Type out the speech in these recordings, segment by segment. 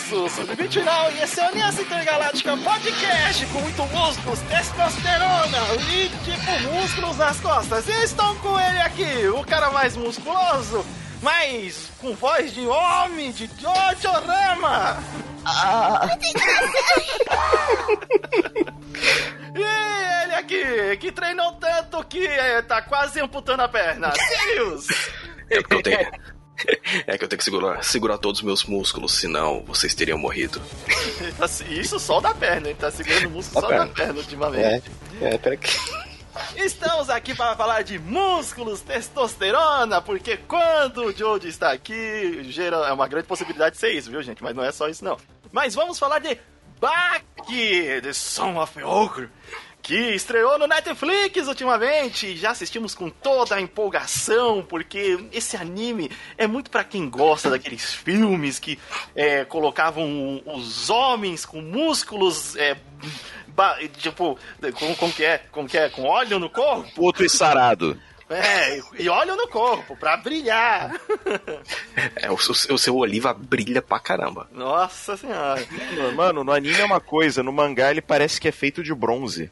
sou o Sub-29 e esse é o Aliança Intergaláctica Podcast com muito músculos, testosterona e tipo músculos nas costas. E estão com ele aqui, o cara mais musculoso, mas com voz de homem, de Jojo Rama. E ele aqui, que treinou tanto que tá quase amputando a perna. Sirius! É que eu tenho que segurar todos os meus músculos, senão vocês teriam morrido. Isso só da perna, ele tá segurando o músculo só da perna ultimamente. Peraí. Estamos aqui para falar de músculos, testosterona, porque quando o Jojo está aqui, é uma grande possibilidade de ser isso, viu, gente? Mas não é só isso, não. Mas vamos falar de Baki, The Son of Ogre, que estreou no Netflix ultimamente. Já assistimos com toda a empolgação, porque esse anime é muito pra quem gosta daqueles filmes que colocavam os homens com músculos, tipo, como que é? Com óleo no corpo? Puto e sarado. E óleo no corpo, pra brilhar. O seu Oliva brilha pra caramba. Nossa senhora. Mano, no anime é uma coisa, no mangá ele parece que é feito de bronze.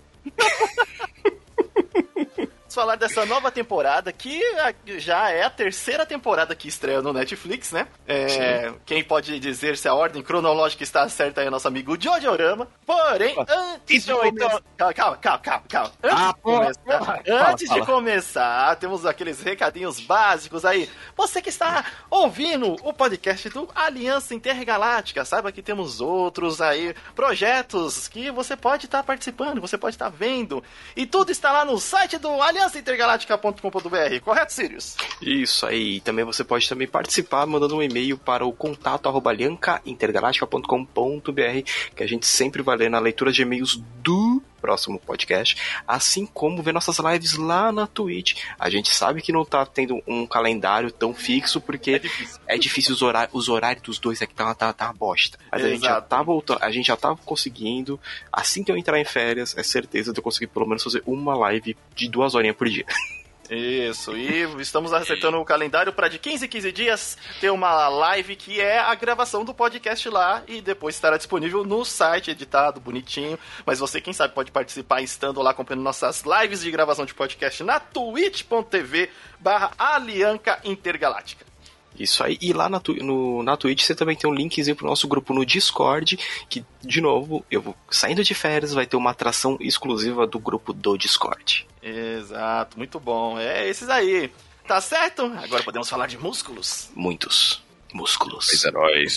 Vamos falar dessa nova temporada, que já é a terceira temporada que estreia no Netflix, né? Quem pode dizer se a ordem cronológica está certa é nosso amigo Jojo Rama. Porém, antes de começar... Calma. Antes de começar, temos aqueles recadinhos básicos aí. Você que está ouvindo o podcast do Aliança Intergaláctica, saiba que temos outros aí projetos que você pode estar participando, você pode estar vendo. E tudo está lá no site do aliançaintergaláctica.com.br, correto, Sirius? Isso aí, também você pode também participar mandando um e-mail para o contato@aliancaintergaláctica.com.br, que a gente sempre vai ler na leitura de e-mails do próximo podcast, assim como ver nossas lives lá na Twitch. A gente sabe que não tá tendo um calendário tão fixo, porque é difícil os horários dos dois aqui, tá uma bosta. Mas a gente já tá voltando, a gente já tá conseguindo, assim que eu entrar em férias, é certeza de eu conseguir pelo menos fazer uma live de 2 horinhas por dia. Isso, e estamos acertando o calendário para de 15 em 15 dias ter uma live que é a gravação do podcast lá e depois estará disponível no site, editado, bonitinho. Mas você, quem sabe, pode participar estando lá acompanhando nossas lives de gravação de podcast na twitch.tv/Alianca Intergaláctica. Isso aí, e lá na Twitch você também tem um linkzinho pro nosso grupo no Discord, que, de novo, eu vou saindo de férias, vai ter uma atração exclusiva do grupo do Discord. Exato, muito bom. É esses aí. Tá certo? Agora podemos falar de músculos. Muitos músculos. Pois é nóis.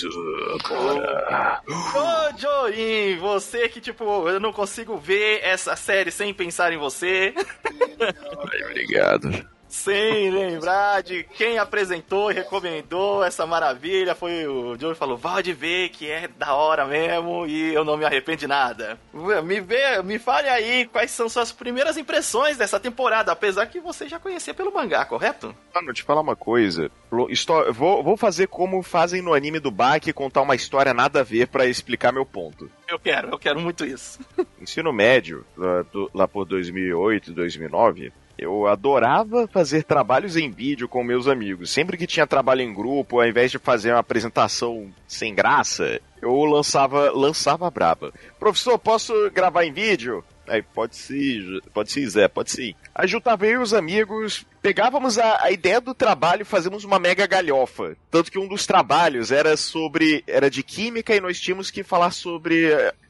Ô, Join, você que, tipo, eu não consigo ver essa série sem pensar em você. Ai, obrigado. Sem lembrar de quem apresentou e recomendou essa maravilha, foi o Joe que falou, pode ver que é da hora mesmo e eu não me arrependo de nada. Me fale aí quais são suas primeiras impressões dessa temporada, apesar que você já conhecia pelo mangá, correto? Mano, te falar uma coisa, vou fazer como fazem no anime do Baki, contar uma história nada a ver pra explicar meu ponto. Eu quero muito isso. Ensino médio, lá por 2008, 2009... eu adorava fazer trabalhos em vídeo com meus amigos. Sempre que tinha trabalho em grupo, ao invés de fazer uma apresentação sem graça, eu lançava braba. Professor, posso gravar em vídeo? Aí, pode sim, Zé, pode sim. Aí juntava eu e os amigos, pegávamos a ideia do trabalho e fazíamos uma mega galhofa. Tanto que um dos trabalhos era de química e nós tínhamos que falar sobre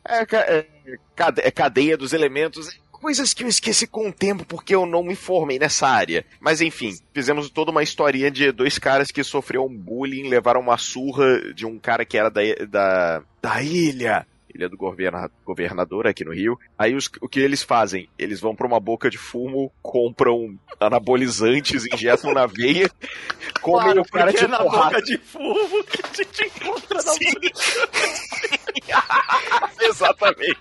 cadeia dos elementos. Coisas que eu esqueci com o tempo porque eu não me formei nessa área. Mas enfim, fizemos toda uma historinha de 2 caras que sofreram bullying, levaram uma surra de um cara que era da ilha do governador aqui no Rio. Aí o que eles fazem? Eles vão pra uma boca de fumo, compram anabolizantes, injetam na veia, comem claro, o cara de na porrada. Boca de fumo que a gente encontra na Exatamente.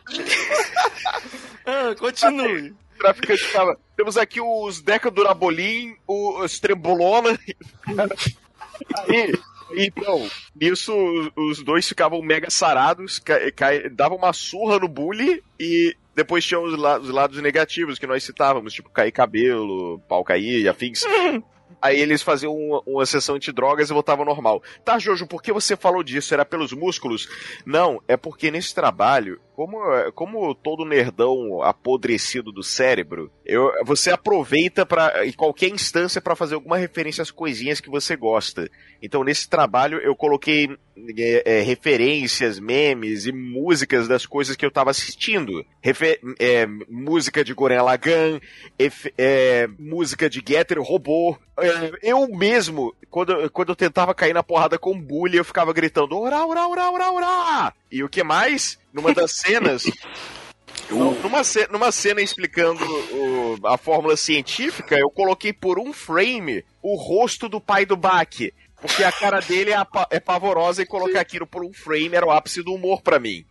Continue. Traficante ficava. Temos aqui os Decadurabolin, os Trembolona. Aí, então, nisso os dois ficavam mega sarados, davam uma surra no bully e depois tinha os lados negativos que nós citávamos, tipo cair cabelo, pau cair e afins. Aí eles faziam uma sessão antidrogas e voltavam normal. Tá, Jojo, por que você falou disso? Era pelos músculos? Não, é porque nesse trabalho, como todo nerdão apodrecido do cérebro, você aproveita em qualquer instância pra fazer alguma referência às coisinhas que você gosta. Então nesse trabalho eu coloquei referências, memes e músicas das coisas que eu tava assistindo. Música de Gurren Lagann, música de Getter Robô. Eu mesmo, quando eu tentava cair na porrada com bully, eu ficava gritando orá, orá, orá, orá, orá! E o que mais? Numa das cenas... Numa cena explicando a fórmula científica, eu coloquei por um frame o rosto do pai do Baki. Porque a cara dele é pavorosa e colocar aquilo por um frame era o ápice do humor pra mim.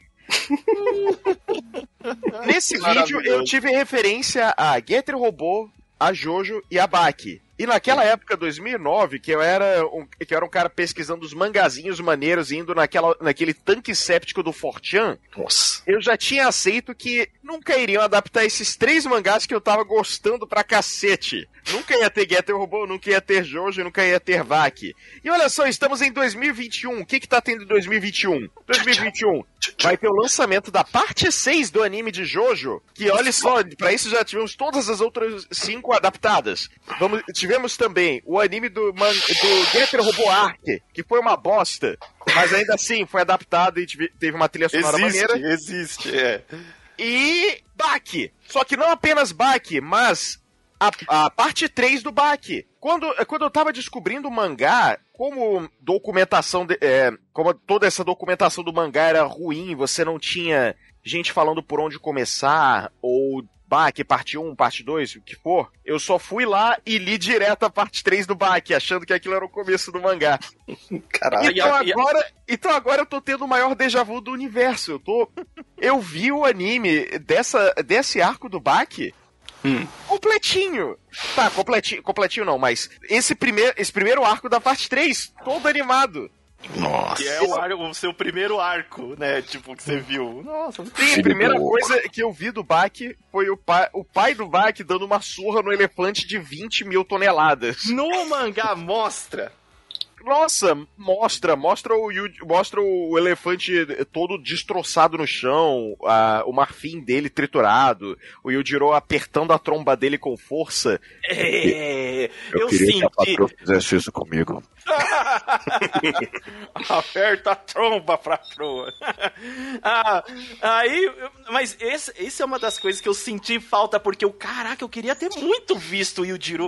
Nesse vídeo eu tive referência a Getter Robô, a Jojo e a Baki. E naquela época, 2009, que eu era um cara pesquisando os mangazinhos maneiros, indo naquele tanque séptico do 4chan, nossa, eu já tinha aceito que nunca iriam adaptar esses 3 mangás que eu tava gostando pra cacete. Nunca ia ter Getter Robô, nunca ia ter Jojo, nunca ia ter Baki. E olha só, estamos em 2021. O que tá tendo em 2021? 2021 vai ter o lançamento da parte 6 do anime de Jojo, que olha só, pra isso já tivemos todas as outras 5 adaptadas. Tivemos também o anime do Getter Robô Arc, que foi uma bosta, mas ainda assim foi adaptado e teve uma trilha sonora maneira. Existe. E Baki. Só que não apenas Baki, mas a parte 3 do Baki. Quando eu tava descobrindo o mangá, como toda essa documentação do mangá era ruim, você não tinha gente falando por onde começar, ou Baki, parte 1, parte 2, o que for, eu só fui lá e li direto a parte 3 do Baki, achando que aquilo era o começo do mangá. Caralho. Então agora eu tô tendo o maior déjà vu do universo. Eu vi o anime desse arco do Baki completinho. Tá, completinho não, mas esse primeiro arco da parte 3, todo animado. Nossa. Que é o seu primeiro arco, né? Tipo, que você viu. Nossa. Sim, a primeira coisa que eu vi do Baki foi o pai do Baki dando uma surra no elefante de 20 mil toneladas. No mangá mostra. Nossa, mostra o elefante todo destroçado no chão, o marfim dele triturado, o Yujiro apertando a tromba dele com força. Eu queria que a patroa fizesse isso comigo. Aperta a tromba pra proa. Mas esse é uma das coisas que eu senti falta, porque eu queria ter muito visto o Yujiro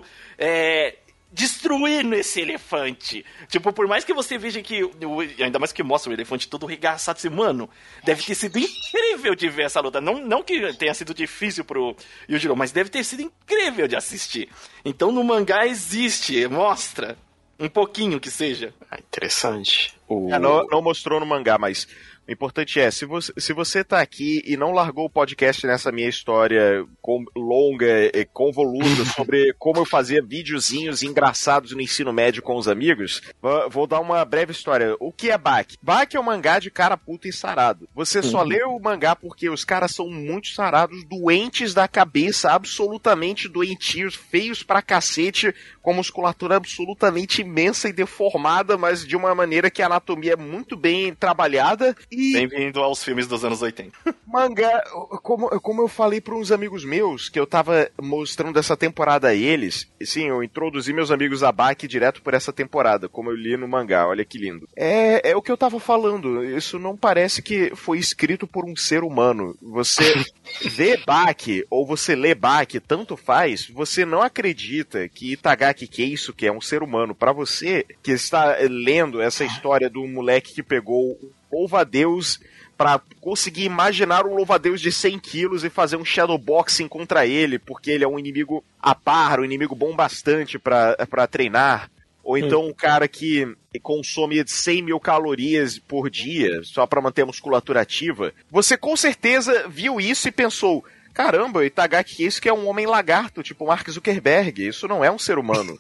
destruindo esse elefante. Tipo, por mais que você veja que, ainda mais que mostra o elefante todo regaçado, assim, mano, deve ter sido incrível de ver essa luta. Não que tenha sido difícil pro Yujiro, mas deve ter sido incrível de assistir. Então no mangá existe, mostra um pouquinho que seja. Interessante. Não mostrou no mangá, mas o importante é, se você tá aqui e não largou o podcast nessa minha história longa e convoluta sobre como eu fazia videozinhos engraçados no ensino médio com os amigos, vou dar uma breve história. O que é Baki? Baki é um mangá de cara puta e sarado. Você só lê o mangá porque os caras são muito sarados, doentes da cabeça, absolutamente doentios, feios pra cacete, com musculatura absolutamente imensa e deformada, mas de uma maneira que a anatomia é muito bem trabalhada. Bem-vindo aos filmes dos anos 80. Mangá, como eu falei para uns amigos meus, que eu tava mostrando essa temporada a eles, sim, eu introduzi meus amigos a Baki direto por essa temporada, como eu li no mangá, olha que lindo. É o que eu tava falando, isso não parece que foi escrito por um ser humano. Você vê Baki, ou você lê Baki, tanto faz, você não acredita que Itagaki Keiso, que é um ser humano, para você, que está lendo essa história do moleque que pegou louva-a-Deus pra conseguir imaginar um louva-a-Deus de 100 quilos e fazer um shadowboxing contra ele, porque ele é um inimigo a par, um inimigo bom bastante pra treinar. Ou então um cara que consome 100 mil calorias por dia só pra manter a musculatura ativa. Você com certeza viu isso e pensou, caramba, Itagaki Keiso que é um homem lagarto, tipo Mark Zuckerberg, isso não é um ser humano.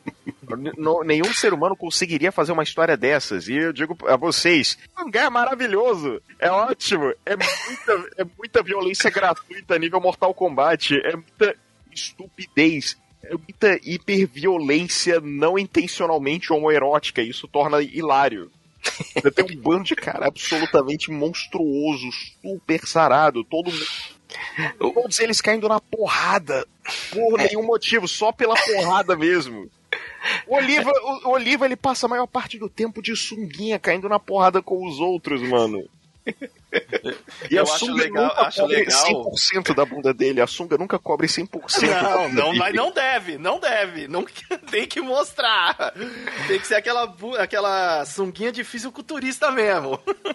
Nenhum ser humano conseguiria fazer uma história dessas. E eu digo a vocês, o mangá é maravilhoso, é ótimo, é muita violência gratuita a nível Mortal Kombat, é muita estupidez muita hiperviolência não intencionalmente homoerótica. Isso torna hilário. Tem um bando de cara absolutamente monstruoso, super sarado, todo mundo. Todos eles caindo na porrada por nenhum motivo, só pela porrada mesmo. O Oliva, ele passa a maior parte do tempo de sunguinha, caindo na porrada com os outros, mano. E eu a sunga nunca cobre 100% da bunda dele. A sunga nunca cobre 100% Mas não deve. Não tem que mostrar. Tem que ser aquela sunguinha de fisiculturista mesmo.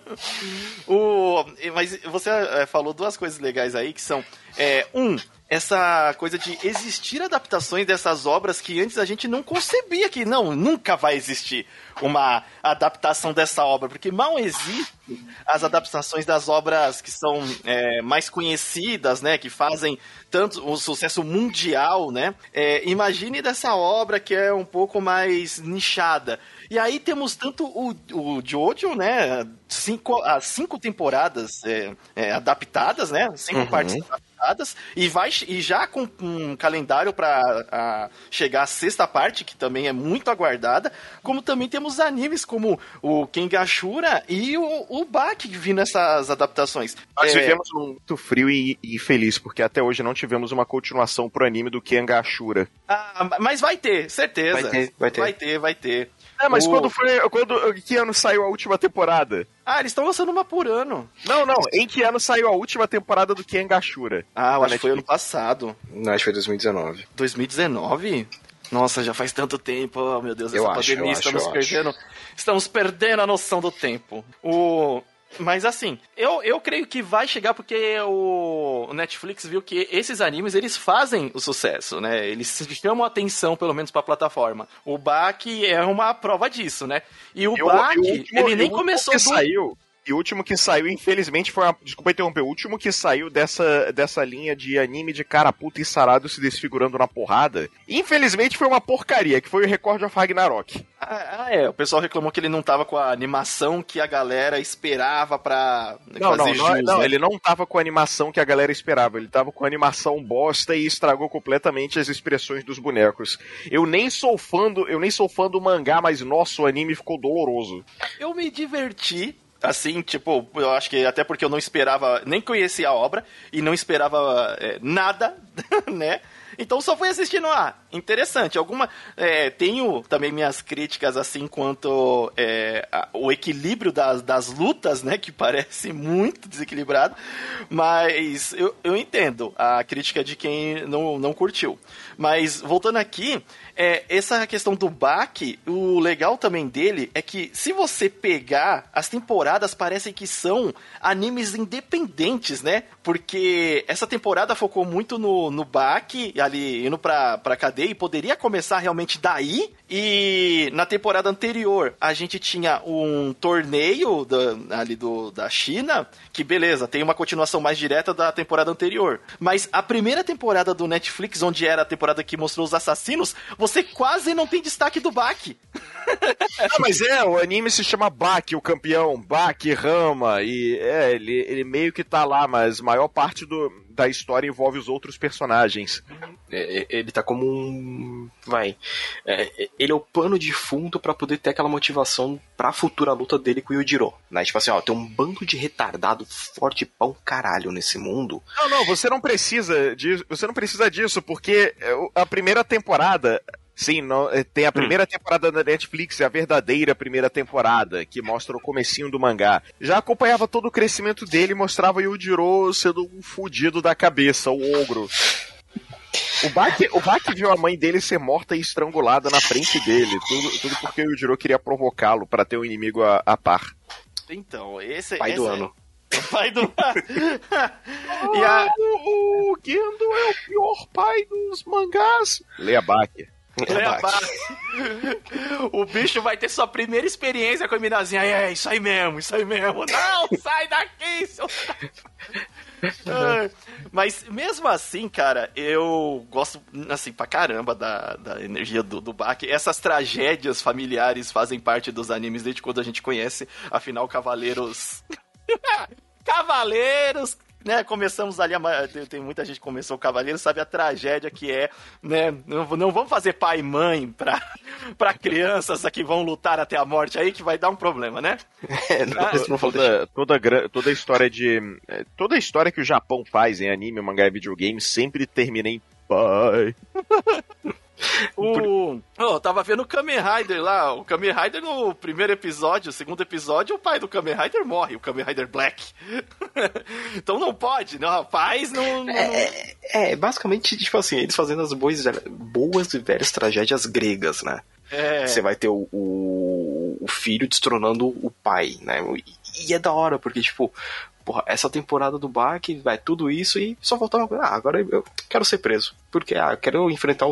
Mas você falou duas coisas legais aí, que são... essa coisa de existir adaptações dessas obras que antes a gente não concebia que nunca vai existir uma adaptação dessa obra, porque mal existem as adaptações das obras que são mais conhecidas, né, que fazem tanto um sucesso mundial, né? Imagine dessa obra que é um pouco mais nichada. E aí temos tanto o Jojo, né, as 5 temporadas adaptadas, né, 5 partes adaptadas, e já com um calendário para chegar à 6ª parte, que também é muito aguardada, como também temos animes como o Kengashura e o Baki vindo nessas adaptações. Nós vivemos muito frio e feliz, porque até hoje não tivemos uma continuação pro anime do Kengashura. Mas vai ter, certeza. Vai ter. Mas que ano saiu a última temporada? Eles estão lançando uma por ano. Não, em que ano saiu a última temporada do Kengashura? Eu acho que foi ano passado. Não, acho que foi 2019. 2019? Nossa, já faz tanto tempo. Oh, meu Deus, essa pandemia, estamos perdendo a noção do tempo. Mas assim, eu creio que vai chegar porque o Netflix viu que esses animes, eles fazem o sucesso, né? Eles chamam a atenção, pelo menos pra plataforma. O Baki é uma prova disso, né? E o Baki, ele nem começou E o último que saiu, infelizmente, foi desculpa interromper. O último que saiu dessa linha de anime de cara puta e sarado se desfigurando na porrada, infelizmente foi uma porcaria, que foi o Record of Ragnarok. O pessoal reclamou que ele não tava com a animação que a galera esperava pra fazer jus, não, ele não tava com a animação que a galera esperava. Ele tava com a animação bosta e estragou completamente as expressões dos bonecos. Eu nem sou fã do mangá, mas nossa, o anime ficou doloroso. Eu me diverti. Assim, tipo, eu acho que até porque eu não esperava, nem conhecia a obra e não esperava nada, né? Então só fui assistindo, interessante. Tenho também minhas críticas, assim, quanto o equilíbrio das lutas, né? Que parece muito desequilibrado. Mas eu entendo a crítica de quem não curtiu. Mas, voltando aqui, essa questão do Baki, o legal também dele é que, se você pegar, as temporadas parecem que são animes independentes, né? Porque essa temporada focou muito no Baki, ali indo pra cadeia, e poderia começar realmente daí. E na temporada anterior, a gente tinha um torneio da China, que beleza, tem uma continuação mais direta da temporada anterior. Mas a primeira temporada do Netflix, onde era a temporada que mostrou os assassinos, você quase não tem destaque do Baki. Mas o anime se chama Baki, o campeão, Baki Rama, e ele meio que tá lá, mas a maior parte da história envolve os outros personagens. Ele tá como um... ele é o pano de fundo pra poder ter aquela motivação pra futura luta dele com o Yujiro, né? Tipo assim, tem um bando de retardado forte pra um caralho nesse mundo. Não, você não precisa disso, porque a primeira temporada... Sim, tem a primeira temporada da Netflix, a verdadeira primeira temporada, que mostra o comecinho do mangá. Já acompanhava todo o crescimento dele e mostrava o Yujiro sendo um fudido da cabeça, o ogro. O Baki viu a mãe dele ser morta e estrangulada na frente dele, tudo porque o Yujiro queria provocá-lo para ter um inimigo a par. Então, pai do ano. Pai do O Gendo é o pior pai dos mangás. Leia Baki. O bicho vai ter sua primeira experiência com a minazinha. Isso aí mesmo. Não, sai daqui, seu... Mas mesmo assim, cara, eu gosto assim pra caramba da energia do Baki. Essas tragédias familiares fazem parte dos animes desde quando a gente conhece. Afinal, Cavaleiros né, começamos ali, tem muita gente que começou o Cavaleiro, sabe a tragédia que é, né, não vamos fazer pai e mãe pra crianças que vão lutar até a morte aí, que vai dar um problema, né? Toda a história toda a história que o Japão faz em anime, mangá e videogame sempre termina em pai. Tava vendo o Kamen Rider lá. O Kamen Rider no primeiro episódio, segundo episódio, o pai do Kamen Rider morre, o Kamen Rider Black. Então não pode, não, rapaz, não. Basicamente, tipo assim, eles fazendo as boas e velhas tragédias gregas, né? Você vai ter o filho destronando o pai, né? E é da hora, porque, tipo, porra, essa temporada do Baki, vai tudo isso e só voltar uma coisa. Agora eu quero ser preso. Porque, quero enfrentar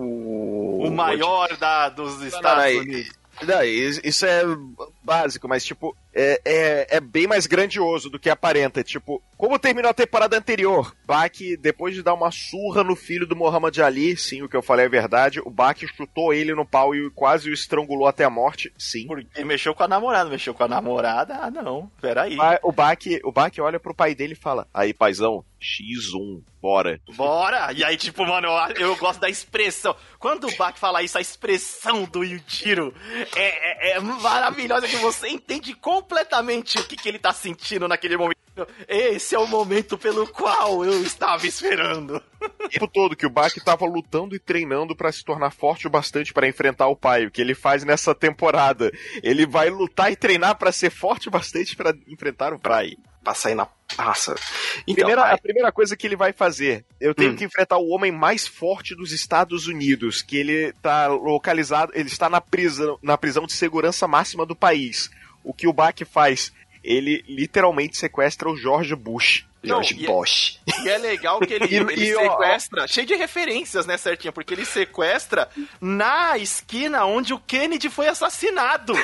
o maior dos Estados Unidos. Não, isso é básico, mas, tipo, é bem mais grandioso do que aparenta. Tipo, como terminou a temporada anterior, Baki, depois de dar uma surra no filho do Muhammad Ali, sim, o que eu falei é verdade, o Baki chutou ele no pau e quase o estrangulou até a morte, sim. Porque mexeu com a namorada, ah não, peraí. O Baki olha pro pai dele e fala, aí, paizão, X1, bora. E aí, tipo, mano, eu gosto da expressão. Quando o Baki fala isso, a expressão do Yujiro é maravilhosa, que você entende completamente o que ele tá sentindo naquele momento. Esse é o momento pelo qual eu estava esperando. O tempo todo que o Baki tava lutando e treinando pra se tornar forte o bastante pra enfrentar o pai. O que ele faz nessa temporada? Ele vai lutar e treinar pra ser forte o bastante pra enfrentar o pai. Pra sair na praça. Então, a primeira coisa que ele vai fazer, eu tenho que enfrentar o homem mais forte dos Estados Unidos, que ele tá localizado, ele está na prisão de segurança máxima do país. O que o Baki faz? Ele literalmente sequestra o George Bush. George Bush. E é legal que ele sequestra, cheio de referências, né, certinho? Porque ele sequestra na esquina onde o Kennedy foi assassinado.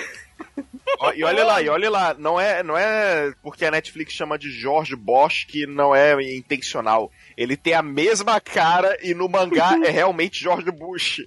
E olha lá, não é porque a Netflix chama de George Bush que não é intencional. Ele tem a mesma cara e no mangá é realmente George Bush.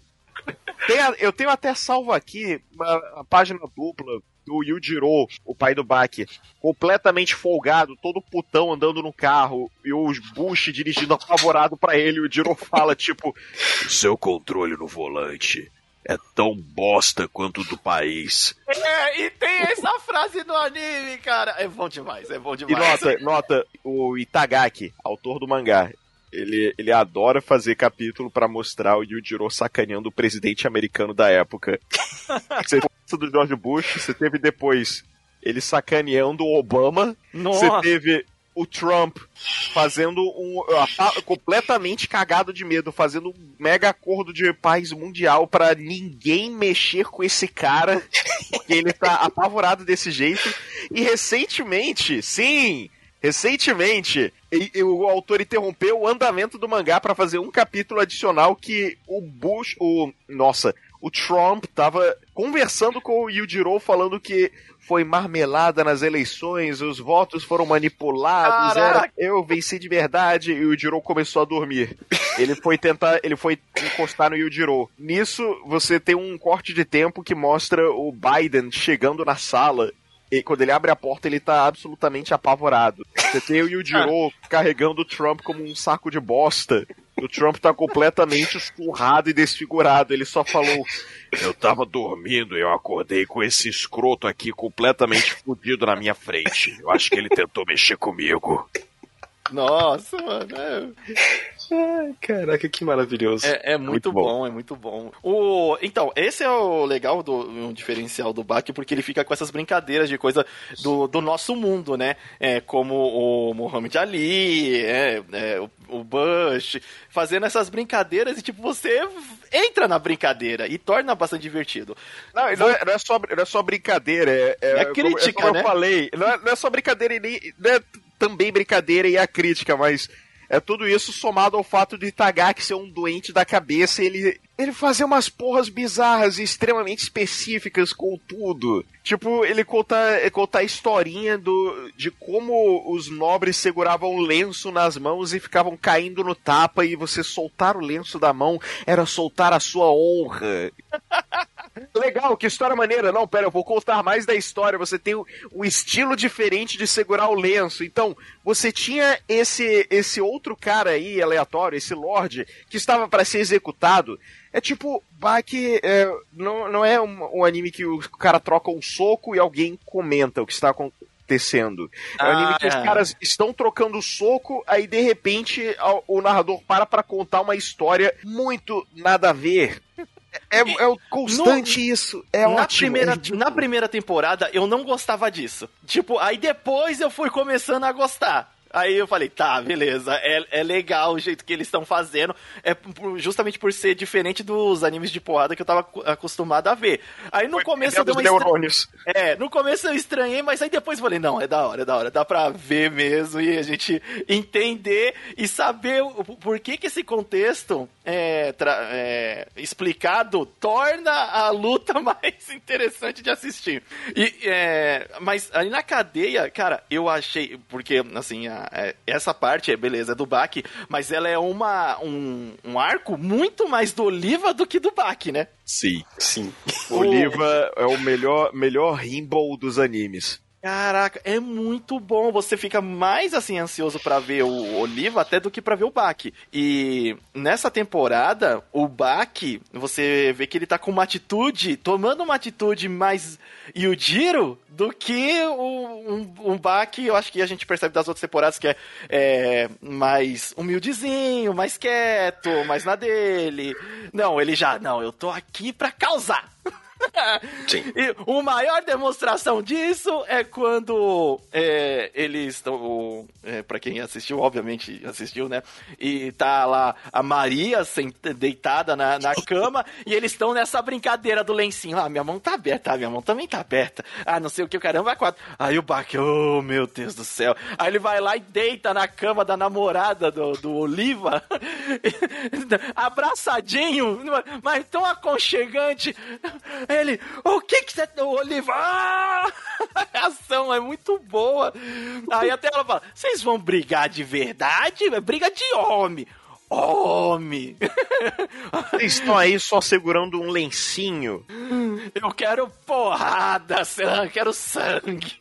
Eu tenho até salvo aqui uma página dupla do Yujiro, o pai do Baki, completamente folgado, todo putão andando no carro, e o Bush dirigindo apavorado pra ele, e o Yujiro fala, tipo, seu controle no volante é tão bosta quanto o do país. E tem essa frase no anime, cara. É bom demais. E nota, o Itagaki, autor do mangá, ele adora fazer capítulo pra mostrar o Yujiro sacaneando o presidente americano da época. Você gosta do George Bush, você teve depois ele sacaneando o Obama, você teve o Trump fazendo completamente cagado de medo, fazendo um mega acordo de paz mundial pra ninguém mexer com esse cara, porque ele tá apavorado desse jeito. E recentemente, o autor interrompeu o andamento do mangá pra fazer um capítulo adicional que o Trump tava conversando com o Yujiro, falando que foi marmelada nas eleições, os votos foram manipulados, eu venci de verdade, e o Yujiro começou a dormir. Ele foi encostar no Yujiro. Nisso, você tem um corte de tempo que mostra o Biden chegando na sala. E quando ele abre a porta, ele tá absolutamente apavorado. Você tem o Yujiro carregando o Trump como um saco de bosta. O Trump tá completamente surrado e desfigurado. Ele só falou, eu tava dormindo e eu acordei com esse escroto aqui completamente fudido na minha frente. Eu acho que ele tentou mexer comigo. Nossa, mano. Ai, caraca, que maravilhoso. É muito bom, é muito bom. Então, esse é o legal um diferencial do Baki, porque ele fica com essas brincadeiras de coisa do nosso mundo, né? Como o Muhammad Ali, o Bush, fazendo essas brincadeiras e, tipo, você entra na brincadeira e torna bastante divertido. Não é só brincadeira, é crítica, como né? Eu falei, não é só brincadeira e nem... Não é também brincadeira e a crítica, mas é tudo isso somado ao fato de Itagaki ser um doente da cabeça e ele fazer umas porras bizarras e extremamente específicas com tudo. Tipo, ele conta a historinha de como os nobres seguravam o lenço nas mãos e ficavam caindo no tapa, e você soltar o lenço da mão era soltar a sua honra. legal, que história maneira. Não, pera, eu vou contar mais da história. Você tem um estilo diferente de segurar o lenço. Então, você tinha esse outro cara aí, aleatório, esse Lorde, que estava para ser executado. É tipo, Baki não é um anime que o cara troca um soco e alguém comenta o que está acontecendo. É um anime que os caras estão trocando soco, aí de repente o narrador para contar uma história muito nada a ver. É o constante isso. É ótimo. Na primeira temporada eu não gostava disso. Tipo, aí depois eu fui começando a gostar. Aí eu falei, tá, beleza, é legal o jeito que eles estão fazendo, justamente por ser diferente dos animes de porrada que eu tava acostumado a ver. Aí no começo eu dei uma no começo eu estranhei, mas aí depois eu falei, não, é da hora, dá pra ver mesmo e a gente entender e saber por que esse contexto explicado torna a luta mais interessante de assistir. Mas aí na cadeia, cara, eu achei, porque assim, essa parte, beleza, é do Baki, mas ela é um arco muito mais do Oliva do que do Baki, né? Sim. Oliva é o melhor Rimble dos animes. Caraca, é muito bom. Você fica mais, assim, ansioso pra ver o Oliva até do que pra ver o Baki. E nessa temporada, o Baki, você vê que ele tá com tomando uma atitude mais Yujiro do que um Baki, eu acho que a gente percebe das outras temporadas que é mais humildezinho, mais quieto, mais na dele. Não, eu tô aqui pra causar. Sim. E a maior demonstração disso é quando eles estão, pra quem assistiu, obviamente assistiu, né? E tá lá a Maria deitada na cama e eles estão nessa brincadeira do lencinho. Ah, minha mão tá aberta, minha mão também tá aberta. Ah, não sei o que, o caramba, 4. Aí o Baki, oh meu Deus do céu. Aí ele vai lá e deita na cama da namorada do Oliva, abraçadinho, mas tão aconchegante. Ele, o que você... Oliva, a ação é muito boa. Aí até ela fala, vocês vão brigar de verdade? Briga de homem. Homem. Vocês estão aí só segurando um lencinho. Eu quero porrada, eu quero sangue.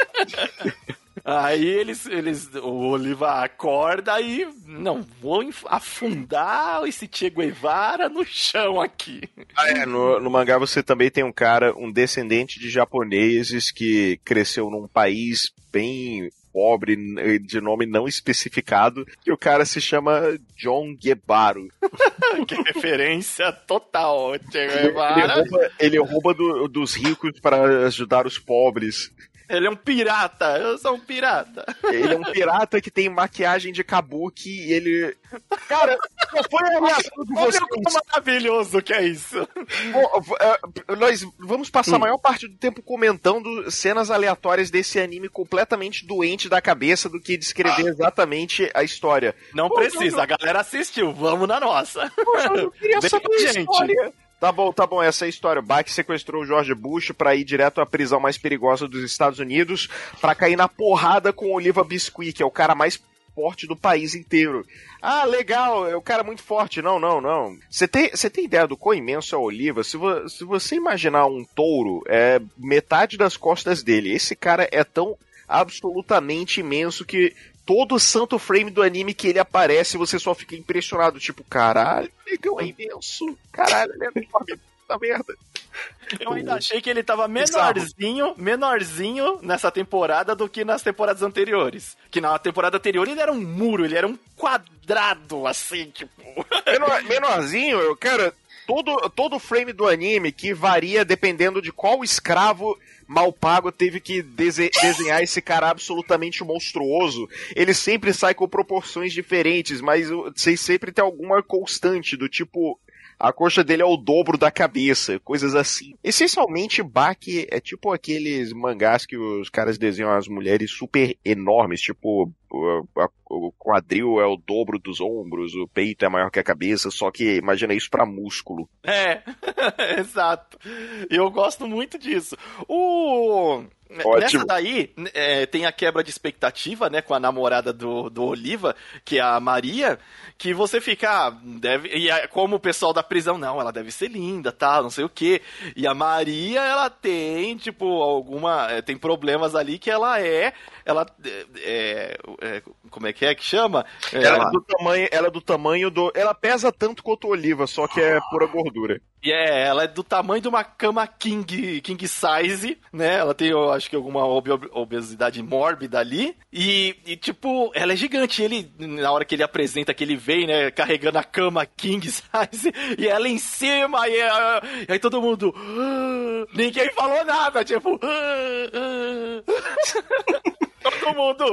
Aí o Oliva acorda e não, vou afundar esse Che Guevara no chão aqui. No mangá você também tem um descendente de japoneses que cresceu num país bem pobre, de nome não especificado, que o cara se chama John Guevara. Que referência total, Che Guevara. Ele rouba dos ricos para ajudar os pobres. Ele é um pirata, eu sou um pirata. Ele é um pirata que tem maquiagem de kabuki e ele... Cara, qual foi a reação de vocês? Olha como maravilhoso que é isso. Nós vamos passar a maior parte do tempo comentando cenas aleatórias desse anime completamente doente da cabeça do que descrever exatamente a história. Não precisa, a galera assistiu, vamos na nossa. Eu não queria saber a história. Tá bom, essa é a história. O Baki sequestrou o George Bush pra ir direto à prisão mais perigosa dos Estados Unidos pra cair na porrada com o Oliva Biscuit, que é o cara mais forte do país inteiro. Ah, legal, é o cara muito forte. Não. Você tem ideia do quão imenso é o Oliva? Se você imaginar um touro, é metade das costas dele. Esse cara é tão absolutamente imenso que todo santo frame do anime que ele aparece, você só fica impressionado. Tipo, caralho, negão é imenso. Caralho, ele é enorme. Puta merda. Eu ainda achei que ele tava menorzinho nessa temporada do que nas temporadas anteriores. Que na temporada anterior ele era um muro, ele era um quadrado, assim, tipo... Menorzinho, cara... Todo frame do anime que varia dependendo de qual escravo mal pago teve que desenhar esse cara absolutamente monstruoso. Ele sempre sai com proporções diferentes, mas vocês sempre tem alguma constante do tipo... A coxa dele é o dobro da cabeça, coisas assim. Essencialmente, Baki é tipo aqueles mangás que os caras desenham as mulheres super enormes, tipo, o quadril é o dobro dos ombros, o peito é maior que a cabeça, só que imagina isso pra músculo. Exato. E eu gosto muito disso. Nessa daí, tem a quebra de expectativa, né, com a namorada do Oliva, que é a Maria, que você fica, como o pessoal da prisão, não, ela deve ser linda, tá, não sei o quê. E a Maria, ela tem, tipo, tem problemas ali que ela como é que chama? Ela é do tamanho ela pesa tanto quanto o Oliva, só que é pura gordura. E ela é do tamanho de uma cama king size, né? Ela tem, eu acho que alguma obesidade mórbida ali. E, tipo, ela é gigante. Ele, na hora que ele apresenta, que ele vem, né, carregando a cama king size, e ela em cima, e aí todo mundo... ninguém falou nada, tipo... todo mundo...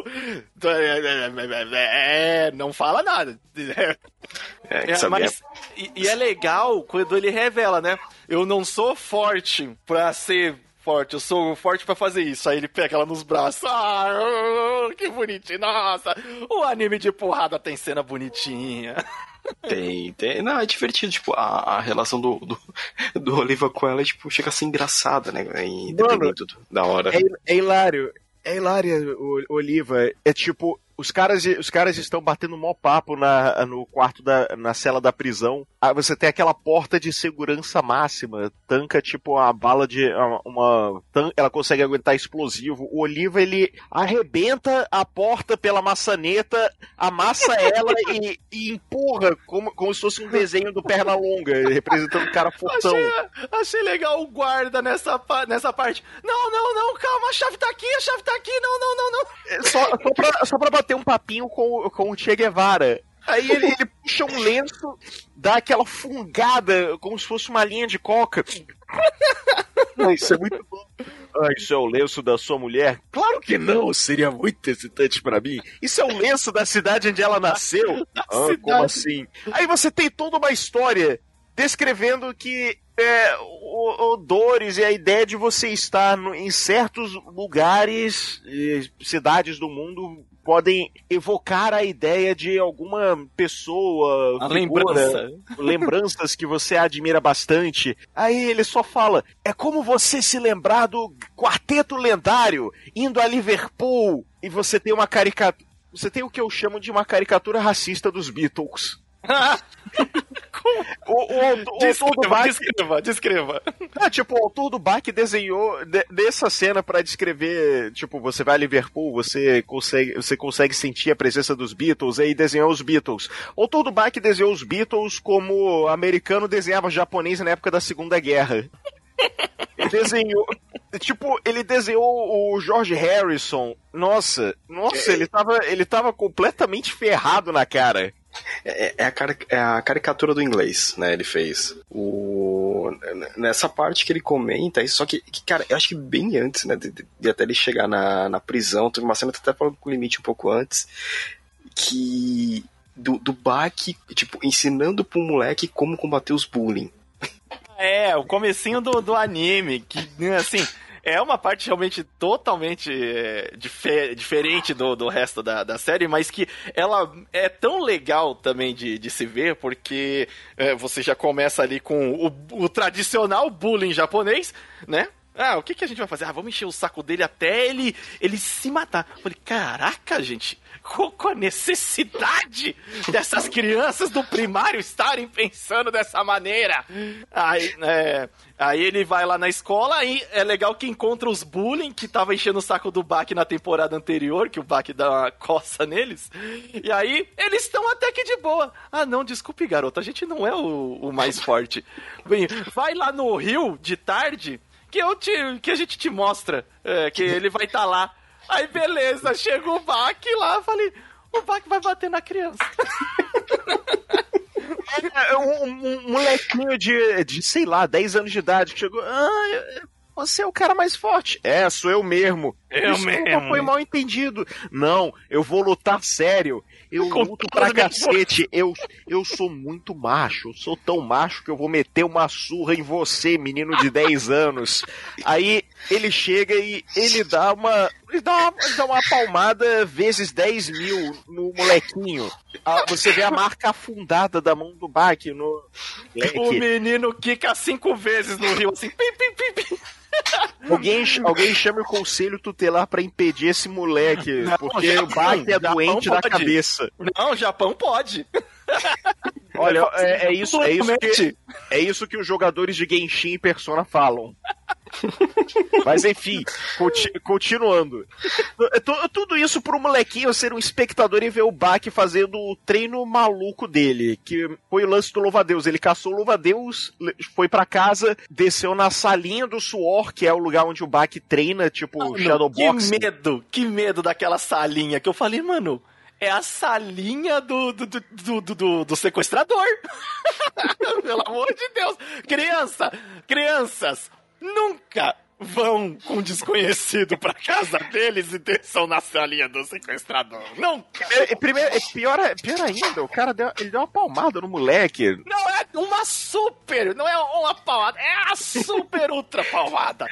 não fala nada. Mas, e é legal quando ele revela, né? Eu não sou forte pra ser forte, eu sou forte pra fazer isso. Aí ele pega ela nos braços. Que bonitinho, nossa. O anime de porrada tem cena bonitinha. Tem. Não, é divertido, tipo, a relação do Oliva com ela, tipo, chega a ser engraçada, né? Independente da hora. É hilário. É hilário, Oliva. É tipo, os caras estão batendo mó papo no quarto na cela da prisão. Aí você tem aquela porta de segurança máxima. Tanca, tipo, a bala de ela consegue aguentar explosivo. O Oliva, ele arrebenta a porta pela maçaneta, amassa ela e empurra como se fosse um desenho do Pernalonga, representando o cara fortão. Achei legal o guarda nessa parte. Não, calma, a chave tá aqui, não. Só pra bater um papinho com o Che Guevara. Aí ele puxa um lenço, dá aquela fungada, como se fosse uma linha de coca. Isso é muito bom. Isso é o lenço da sua mulher? Claro que não, seria muito excitante pra mim. Isso é o lenço da cidade onde ela nasceu? Como assim? Aí você tem toda uma história descrevendo que odores e a ideia de você estar em certos lugares e cidades do mundo podem evocar a ideia de alguma pessoa, lembranças que você admira bastante. Aí ele só fala, é como você se lembrar do Quarteto Lendário indo a Liverpool, e você tem uma caricatura, você tem o que eu chamo de uma caricatura racista dos Beatles. Descreva. Tipo, o autor do Bach desenhou dessa cena pra descrever, tipo, você vai a Liverpool, você consegue sentir a presença dos Beatles, aí desenhou os Beatles. O autor do Bach desenhou os Beatles como o americano desenhava japonês na época da Segunda Guerra. Ele desenhou o George Harrison. Nossa, ele tava completamente ferrado na cara. É a caricatura do inglês, né? Ele fez. Nessa parte que ele comenta isso, só que, cara, eu acho que bem antes, né? De até ele chegar na prisão, teve uma cena até falando com o limite um pouco antes, que do Bach, tipo, ensinando pro moleque como combater os bullying. O comecinho do anime, que, assim, é uma parte realmente totalmente diferente do resto da série, mas que ela é tão legal também de se ver, porque você já começa ali com o tradicional bullying japonês, né? O que a gente vai fazer? Vamos encher o saco dele até ele se matar. Eu falei, caraca, gente, qual a necessidade dessas crianças do primário estarem pensando dessa maneira? Aí ele vai lá na escola e é legal que encontra os bullying que tava enchendo o saco do Bach na temporada anterior, que o Bach dá uma coça neles. E aí eles estão até que de boa. Não, desculpe, garoto, a gente não é o mais forte. Bem, vai lá no Rio de tarde que a gente te mostra que ele vai estar lá. Aí beleza, chega o Bach lá, falei, o Bach vai bater na criança. Um molequinho de, sei lá, 10 anos de idade que chegou, você é o cara mais forte. Sou eu mesmo. Não foi mal entendido. Não, eu vou lutar sério. Eu luto pra cacete. Eu sou muito macho. Eu sou tão macho que eu vou meter uma surra em você, menino de 10 anos. Aí ele chega e ele dá Ele dá uma palmada vezes 10 mil no molequinho. Você vê a marca afundada da mão do Baki no moleque. O menino quica 5 vezes no rio, assim, pim, pim, pim, pim. Alguém chama o conselho tutelar pra impedir esse moleque, Não, porque Japão, o Baki é doente Japão da pode. cabeça. Não, o Japão pode. Olha, é isso que os jogadores de Genshin e Persona falam. Mas enfim, continuando. Tudo isso pro molequinho ser um espectador e ver o Baki fazendo o treino maluco dele, que foi o lance do louva-a-Deus. Ele caçou o louva-a-Deus, foi pra casa, desceu na salinha do suor, que é o lugar onde o Baki treina, tipo Shadowbox. Que medo daquela salinha que eu falei, mano. É a salinha do sequestrador. Pelo amor de Deus. Crianças, nunca vão com um desconhecido pra casa deles e desçam na salinha do sequestrador. Nunca. Pior ainda, o cara ele deu uma palmada no moleque. Não é uma super, não é uma palmada, é a super ultra palmada.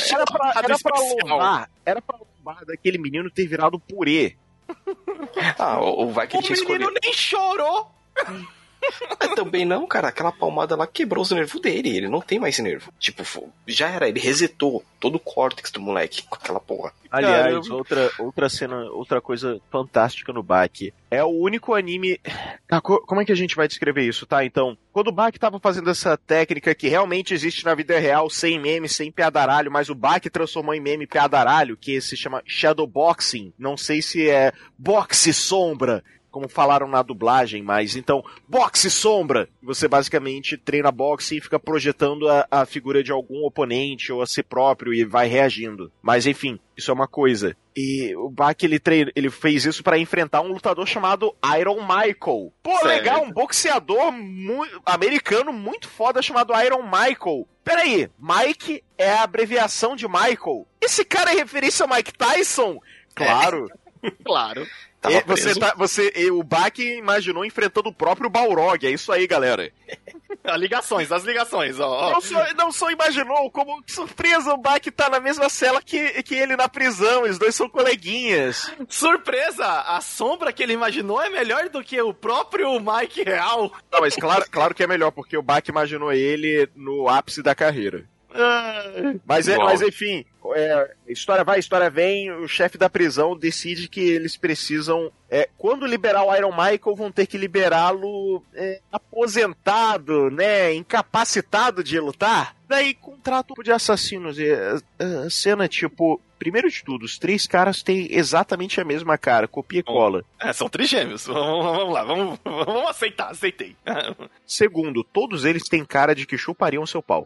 Era pra louvar daquele menino ter virado purê. O Vai que ele tinha escolhido. O menino nem chorou. Também não, cara. Aquela palmada lá quebrou os nervos dele. Ele não tem mais nervo. Tipo, já era. Ele resetou todo o córtex do moleque com aquela porra. Aliás, outra cena, outra coisa fantástica no Baki. É o único anime... Como é que a gente vai descrever isso, tá? Então, quando o Baki tava fazendo essa técnica que realmente existe na vida real, sem meme, sem piadaralho, mas o Baki transformou em meme piadaralho, que se chama Shadowboxing. Não sei se é boxe sombra, como falaram na dublagem, mas então, boxe sombra! Você basicamente treina boxe e fica projetando a figura de algum oponente ou a si próprio e vai reagindo. Mas enfim, isso é uma coisa. E o Baki, ele fez isso pra enfrentar um lutador chamado Iron Michael. Pô, certo. Legal, um boxeador americano muito foda chamado Iron Michael. Peraí, Mike é a abreviação de Michael? Esse cara é referência ao Mike Tyson? Claro. Claro. O Baki imaginou enfrentando o próprio Balrog, é isso aí, galera. As ligações, ó. Não só imaginou, como surpresa, o Baki tá na mesma cela que ele na prisão, os dois são coleguinhas. Surpresa! A sombra que ele imaginou é melhor do que o próprio Mike real. Não, mas claro que é melhor, porque o Baki imaginou ele no ápice da carreira. Mas enfim, história vai, história vem. O chefe da prisão decide que eles precisam, quando liberar o Iron Michael, vão ter que liberá-lo aposentado, né, incapacitado de lutar. Daí contrata um grupo de assassinos. Cena tipo, primeiro de tudo, os 3 caras têm exatamente a mesma cara, copia e cola. São trigêmeos. Vamos lá, vamos aceitei. Segundo, todos eles têm cara de que chupariam seu pau.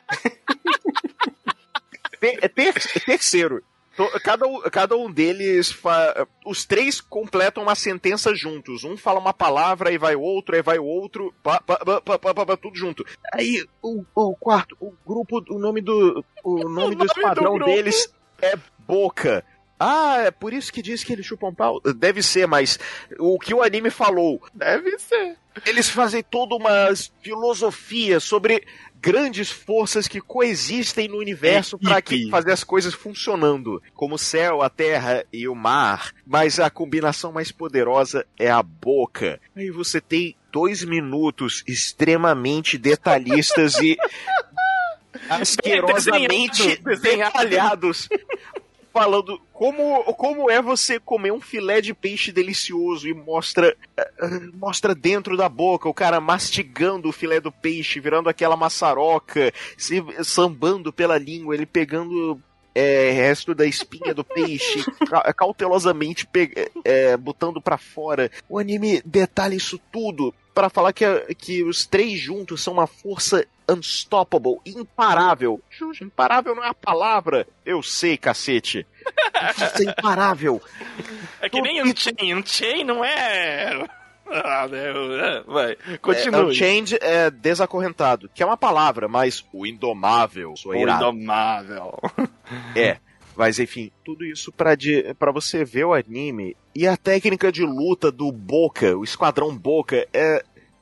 Terceiro, cada um deles os 3 completam uma sentença juntos. Um fala uma palavra, aí vai o outro, tudo junto. Aí o quarto, o grupo, o nome do esquadrão deles é Boca. É por isso que diz que eles chupam pau? Deve ser, mas o que o anime falou? Deve ser. Eles fazem toda uma filosofia sobre grandes forças que coexistem no universo para fazer as coisas funcionando, como o céu, a terra e o mar. Mas a combinação mais poderosa é a boca. Aí você tem 2 minutos extremamente detalhistas e asquerosamente detalhados, falando como é você comer um filé de peixe delicioso e mostra dentro da boca, o cara mastigando o filé do peixe, virando aquela maçaroca, se sambando pela língua, ele pegando resto da espinha do peixe, cautelosamente botando pra fora. O anime detalha isso tudo para falar que os 3 juntos são uma força unstoppable, imparável. Xuxa, imparável não é a palavra. Eu sei, cacete. Força imparável. É que nem Unchained não é... Vai, continua. Unchained é desacorrentado, que é uma palavra, mas o indomável. O indomável. Mas enfim, tudo isso pra você ver o anime. E a técnica de luta do Boca, o esquadrão Boca, é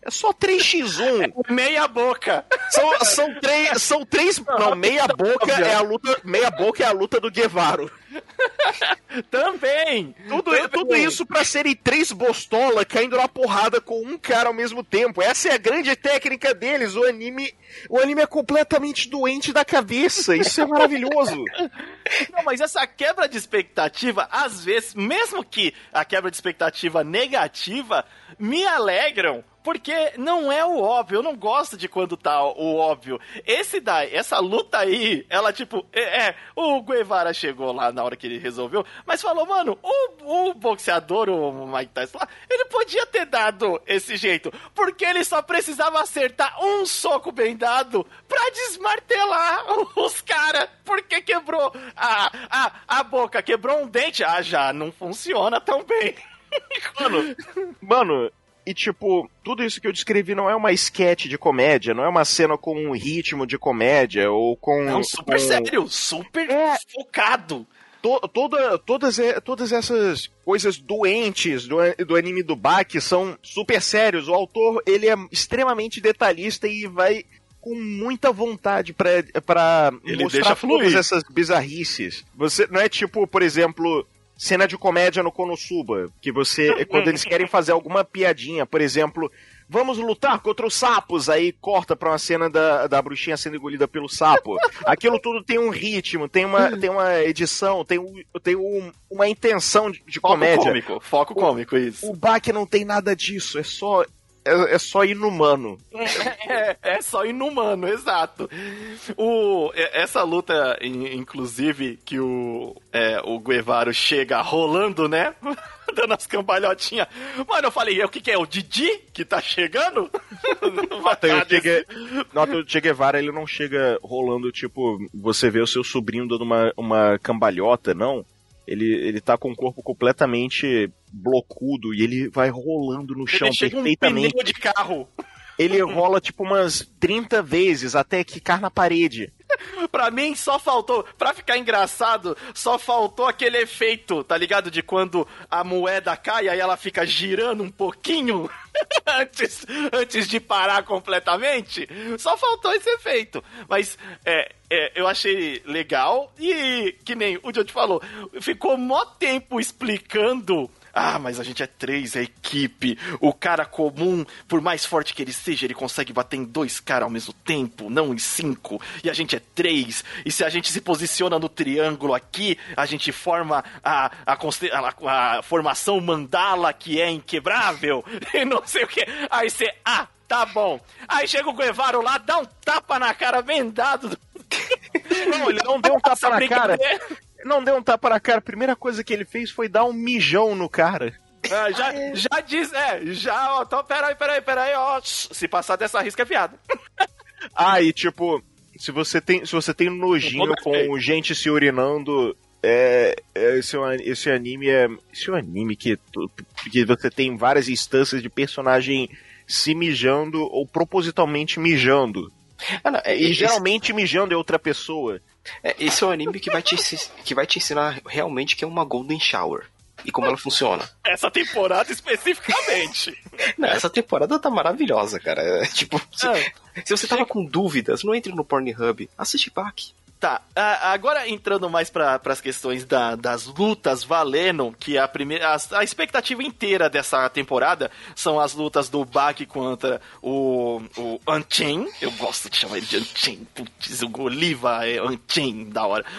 É só 3x1. Meia boca. São três. Não, meia boca é a luta. Meia boca é a luta do Guevara. Também. Tudo isso pra serem 3 bostola caindo na porrada com um cara ao mesmo tempo. Essa é a grande técnica deles. O anime é completamente doente da cabeça. Isso é maravilhoso. Não, mas essa quebra de expectativa, às vezes, mesmo que a quebra de expectativa negativa, me alegram. Porque não é o óbvio, eu não gosto de quando tá o óbvio. Essa luta aí, ela tipo, o Guevara chegou lá na hora que ele resolveu, mas falou, mano, o boxeador, o Mike Tyson lá, ele podia ter dado esse jeito, porque ele só precisava acertar um soco bem dado pra desmartelar os caras, porque quebrou a boca, quebrou um dente, já não funciona tão bem. Mano, e tipo, tudo isso que eu descrevi não é uma sketch de comédia, não é uma cena com um ritmo de comédia ou com... Não, super sério, super focado. Todas essas coisas doentes do anime do Baki são super sérios. O autor, ele é extremamente detalhista e vai com muita vontade pra ele mostrar todas essas bizarrices. Você não é tipo, por exemplo... Cena de comédia no Konosuba, que quando eles querem fazer alguma piadinha, por exemplo, vamos lutar contra os sapos, aí corta pra uma cena da bruxinha sendo engolida pelo sapo. Aquilo tudo tem um ritmo, tem uma edição, tem uma intenção de comédia. Foco cômico, isso. O Baki não tem nada disso, é só inumano. É só inumano, exato. Essa luta, inclusive, que o Guevara chega rolando, né? Dando as cambalhotinhas. Mano, eu falei, o que é? O Didi que tá chegando? O Che Guevara, ele não chega rolando, tipo, você vê o seu sobrinho dando uma cambalhota, não. Ele tá com o corpo completamente blocudo e ele vai rolando no chão perfeitamente. Um pneu de carro. Ele rola tipo umas 30 vezes até quicar na parede. Pra mim, só faltou, pra ficar engraçado, só faltou aquele efeito, tá ligado? De quando a moeda cai, aí ela fica girando um pouquinho antes de parar completamente. Só faltou esse efeito. Mas eu achei legal e, que nem o Joe falou, ficou mó tempo explicando... mas a gente é 3, é equipe. O cara comum, por mais forte que ele seja, ele consegue bater em 2 caras ao mesmo tempo, não em 5. E a gente é 3. E se a gente se posiciona no triângulo aqui, a gente forma a formação mandala, que é inquebrável. E não sei o que. Aí você, tá bom. Aí chega o Guevara lá, dá um tapa na cara vendado. Não, ele não deu um tapa na cara. Não deu um tapa na cara, a primeira coisa que ele fez foi dar um mijão no cara. Já diz, então peraí, ó, se passar dessa risca é viado. E tipo, se você tem nojinho com gente se urinando, esse anime que você tem várias instâncias de personagem se mijando ou propositalmente mijando. E geralmente mijando é outra pessoa. Esse é um anime que vai te ensinar realmente que é uma Golden Shower. E como ela funciona. Essa temporada especificamente. Não, essa temporada tá maravilhosa, cara. Tipo, se você tava com dúvidas, não entre no Pornhub. Assiste Baki. Tá, agora entrando mais para as questões das lutas valendo, que a expectativa inteira dessa temporada são as lutas do Baki contra o Unchained. Eu gosto de chamar ele de Unchained. Putz, o Oliva é Unchained, da hora.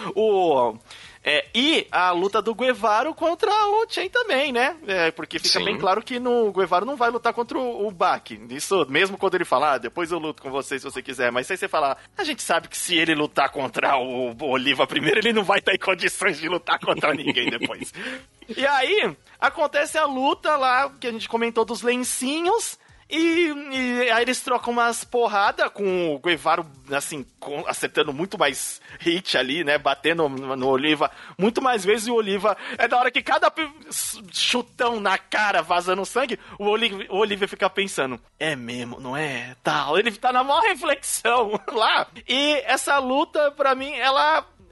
E a luta do Guevara contra o Chen também, né? Porque fica bem claro que o Guevara não vai lutar contra o Baki. Isso, mesmo quando ele falar, depois eu luto com você se você quiser. Mas se aí você falar, a gente sabe que se ele lutar contra o Oliva primeiro, ele não vai estar em condições de lutar contra ninguém depois. E aí, acontece a luta lá, que a gente comentou dos lencinhos. E aí eles trocam umas porradas com o Guevara, assim, acertando muito mais hit ali, né? Batendo no Oliva muito mais vezes. E o Oliva, da hora que cada chutão na cara vazando sangue, o Oliva fica pensando, é mesmo, não é? Tal. Ele tá na maior reflexão lá. E essa luta, pra mim, ela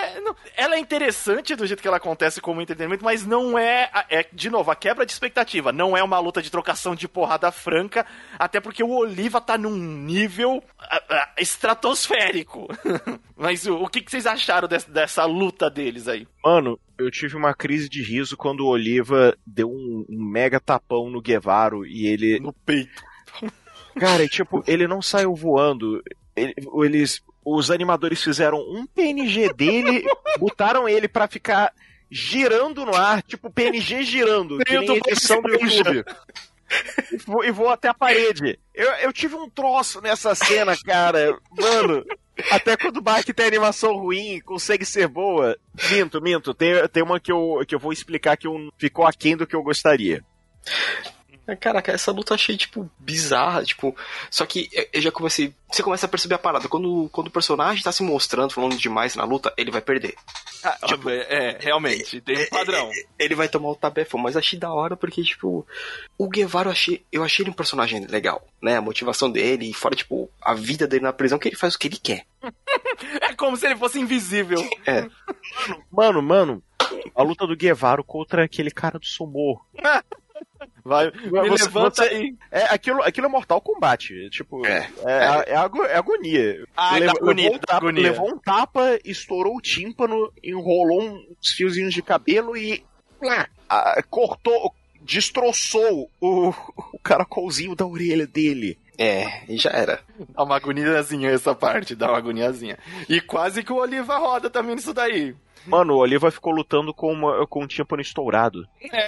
Ela é interessante do jeito que ela acontece como entretenimento, mas não de novo, a quebra de expectativa. Não é uma luta de trocação de porrada franca, até porque o Oliva tá num nível estratosférico. Mas o que vocês acharam dessa luta deles aí? Mano, eu tive uma crise de riso quando o Oliva deu um mega tapão no Guevara e ele... No peito. Cara, tipo, ele não saiu voando. Os animadores fizeram um PNG dele, botaram ele pra ficar girando no ar, tipo PNG girando, que nem edição do YouTube. E voa até a parede. Eu tive um troço nessa cena, cara. Mano, até quando o Bach tem animação ruim, consegue ser boa. Minto. Tem uma que eu vou explicar que ficou aquém do que eu gostaria. Caraca, essa luta eu achei, tipo, bizarra, tipo... Só que eu já comecei... Você começa a perceber a parada. Quando o personagem tá se mostrando, falando demais na luta, ele vai perder. Tipo, realmente, tem um padrão. Ele vai tomar o tabefão, mas achei da hora porque, tipo... O Guevara, eu achei ele um personagem legal, né? A motivação dele, e fora, tipo, a vida dele na prisão, que ele faz o que ele quer. É como se ele fosse invisível. É. Mano, a luta do Guevara contra aquele cara do sumô. Vai, levanta aí. Aquilo é Mortal Kombat. Tipo, é agonia. Levou um tapa, estourou o tímpano, enrolou uns fiozinhos de cabelo e cortou, destroçou o caracolzinho da orelha dele. E já era. Dá uma agoniazinha essa parte, dá uma agoniazinha. E quase que o Oliva roda também nisso daí. Mano, o Oliva ficou lutando com um tímpano estourado.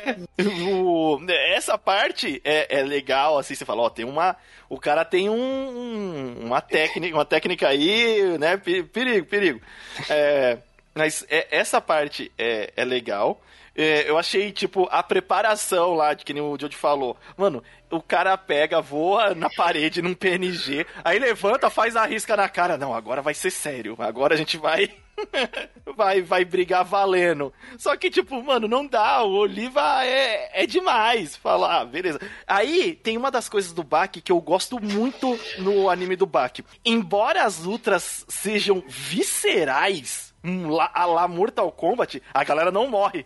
Essa parte é legal, assim, você fala, tem o cara tem uma técnica aí, né, perigo. Mas essa parte é legal. Eu achei, tipo, a preparação lá, de que nem o Jody falou. Mano, o cara pega, voa na parede num PNG, aí levanta, faz a risca na cara. Não, agora vai ser sério. Agora a gente vai brigar valendo. Só que, tipo, mano, não dá. O Oliva é demais. Fala, beleza. Aí, tem uma das coisas do Baki que eu gosto muito no anime do Baki. Embora as lutas sejam viscerais, a la Mortal Kombat, a galera não morre.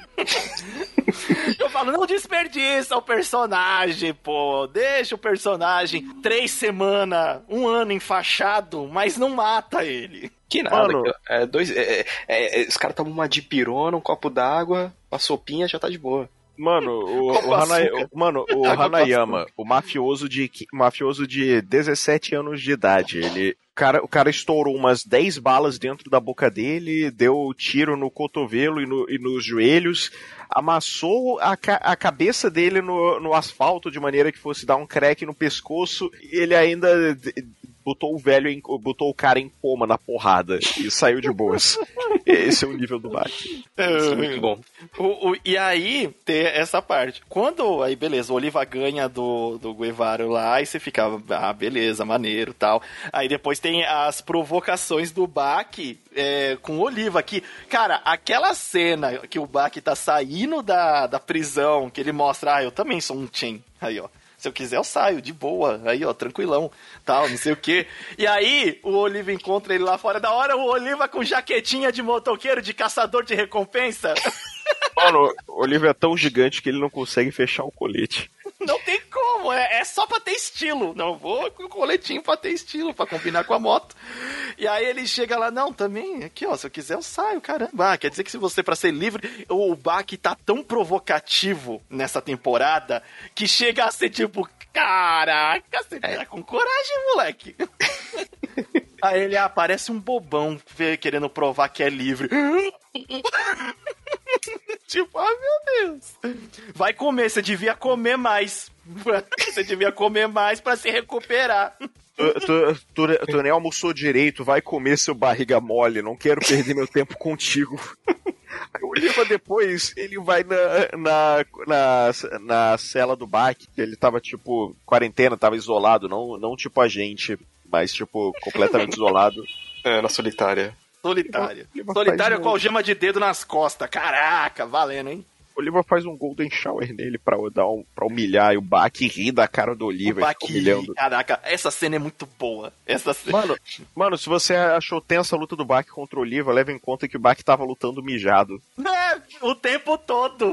Eu falo, não desperdiça o personagem, pô. Deixa o personagem 3 semanas, 1 ano enfaixado, mas não mata ele. Que nada, mano. Os caras tomam uma dipirona, um copo d'água, uma sopinha, já tá de boa. Mano, o Hanayama, o mafioso de 17 anos de idade, o cara estourou umas 10 balas dentro da boca dele, deu tiro no cotovelo e nos joelhos, amassou a cabeça dele no asfalto de maneira que fosse dar um crack no pescoço, e ele ainda botou o cara em coma na porrada e saiu de boas. Esse é o nível do Baki. Isso é muito bom. E aí, tem essa parte. Quando, aí beleza, o Oliva ganha do Guevara lá, e você fica, beleza, maneiro, tal. Aí depois tem as provocações do Baki com o Oliva, que, cara, aquela cena que o Baki tá saindo da prisão, que ele mostra, eu também sou um Chen. Aí, ó. Se eu quiser, eu saio, de boa. Aí, ó, tranquilão, tal, não sei o quê. E aí, o Oliva encontra ele lá fora. Da hora, o Oliva com jaquetinha de motoqueiro, de caçador de recompensa. Mano, o Oliva é tão gigante que ele não consegue fechar o colete. Não tem como, é só pra ter estilo. Não, vou com o coletinho pra ter estilo, pra combinar com a moto. E aí ele chega lá, não, também, aqui ó, se eu quiser eu saio, caramba. Quer dizer que se você, pra ser livre, o Baki tá tão provocativo nessa temporada, que chega a ser tipo, caraca, você tá com coragem, moleque. Aí ele parece um bobão querendo provar que é livre. Tipo, meu Deus. Vai comer, você devia comer mais. Você devia comer mais pra se recuperar. Tu nem almoçou direito, vai comer seu barriga mole, não quero perder meu tempo contigo. Aí o Oliva depois, ele vai na cela do Baki, que ele tava tipo, quarentena, tava isolado, não tipo a gente, mas tipo, completamente isolado. Na solitária. Solitário com algema de dedo nas costas. Caraca, valendo, hein? Oliva faz um Golden Shower nele pra humilhar, e o Baki ri da cara do Oliva. O Baki, caraca, essa cena é muito boa. Mano, se você achou tensa a luta do Baki contra o Oliva, leva em conta que o Baki tava lutando mijado. O tempo todo.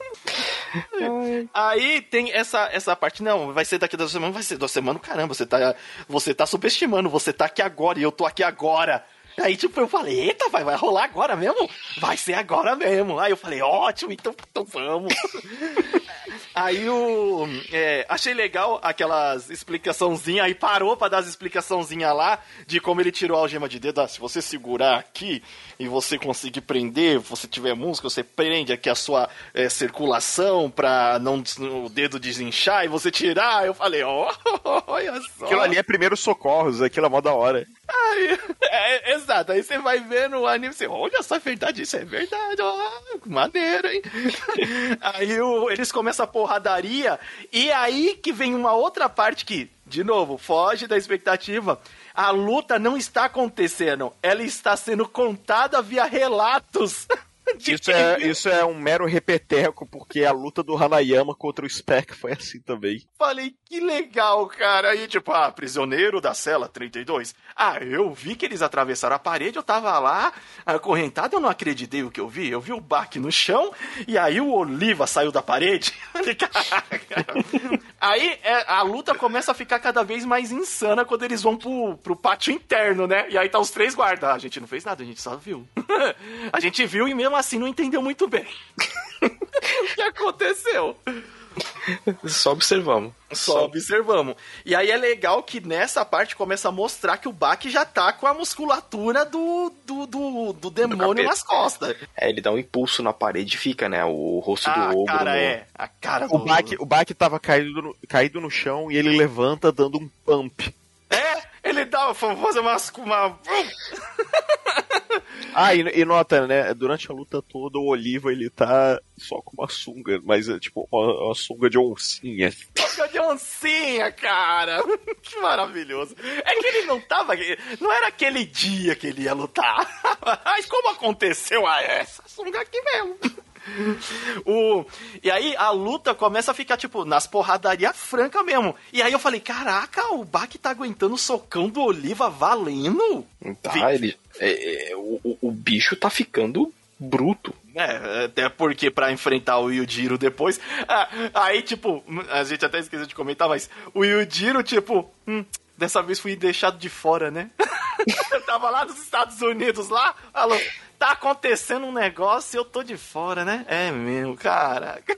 Aí tem essa parte, não, vai ser daqui a 2 semanas, vai ser 2 semanas, caramba, você tá subestimando, você tá aqui agora e eu tô aqui agora. Aí, tipo, eu falei, eita, vai rolar agora mesmo? Vai ser agora mesmo. Aí eu falei, ótimo, então vamos. Aí achei legal aquelas explicaçãozinhas, aí parou pra dar as explicaçãozinhas lá de como ele tirou a algema de dedo. Se você segurar aqui e você conseguir prender, se você tiver músculo, você prende aqui a sua circulação pra não o dedo desinchar e você tirar. Eu falei, olha só. Aquilo ali é primeiros socorros, aquilo é mó da hora. Aí, exato, aí você vai ver no anime, você, olha só, é verdade, isso é verdade, ó, maneiro, hein? Aí eles começam a porradaria, e aí que vem uma outra parte que, de novo, foge da expectativa. A luta não está acontecendo, ela está sendo contada via relatos. Isso é um mero repeteco, porque a luta do Hanayama contra o Spec foi assim também. Falei, que legal, cara. Aí, tipo, prisioneiro da cela 32. Eu vi que eles atravessaram a parede, eu tava lá, acorrentado, eu não acreditei o que eu vi. Eu vi o Baki no chão, e aí o Oliva saiu da parede. Aí a luta começa a ficar cada vez mais insana quando eles vão pro pátio interno, né? E aí tá os 3 guardas. A gente não fez nada, a gente só viu. A gente viu e mesmo assim não entendeu muito bem o que aconteceu. Só observamos. E aí é legal que nessa parte começa a mostrar que o Baki já tá com a musculatura do demônio nas costas. Ele dá um impulso na parede e fica, né? O rosto do ogro. A cara do O Baki tava caído no chão e ele levanta dando um pump. Ele dá, fazer uma... E nota, né? Durante a luta toda, o Oliva, ele tá só com uma sunga, mas é tipo uma sunga de oncinha. Sunga de oncinha, cara! Que maravilhoso. É que ele não tava... Não era aquele dia que ele ia lutar. Mas como aconteceu essa sunga aqui mesmo? E aí a luta começa a ficar, tipo, nas porradaria franca mesmo. E aí eu falei, caraca, o Baki tá aguentando o socão do Oliva valendo? Tá, o bicho tá ficando bruto. Até porque pra enfrentar o Yujiro depois... aí, tipo, a gente até esqueceu de comentar, mas o Yujiro, tipo... dessa vez fui deixado de fora, né? Eu tava lá nos Estados Unidos, lá, falou... Tá acontecendo um negócio e eu tô de fora, né? É mesmo, caraca.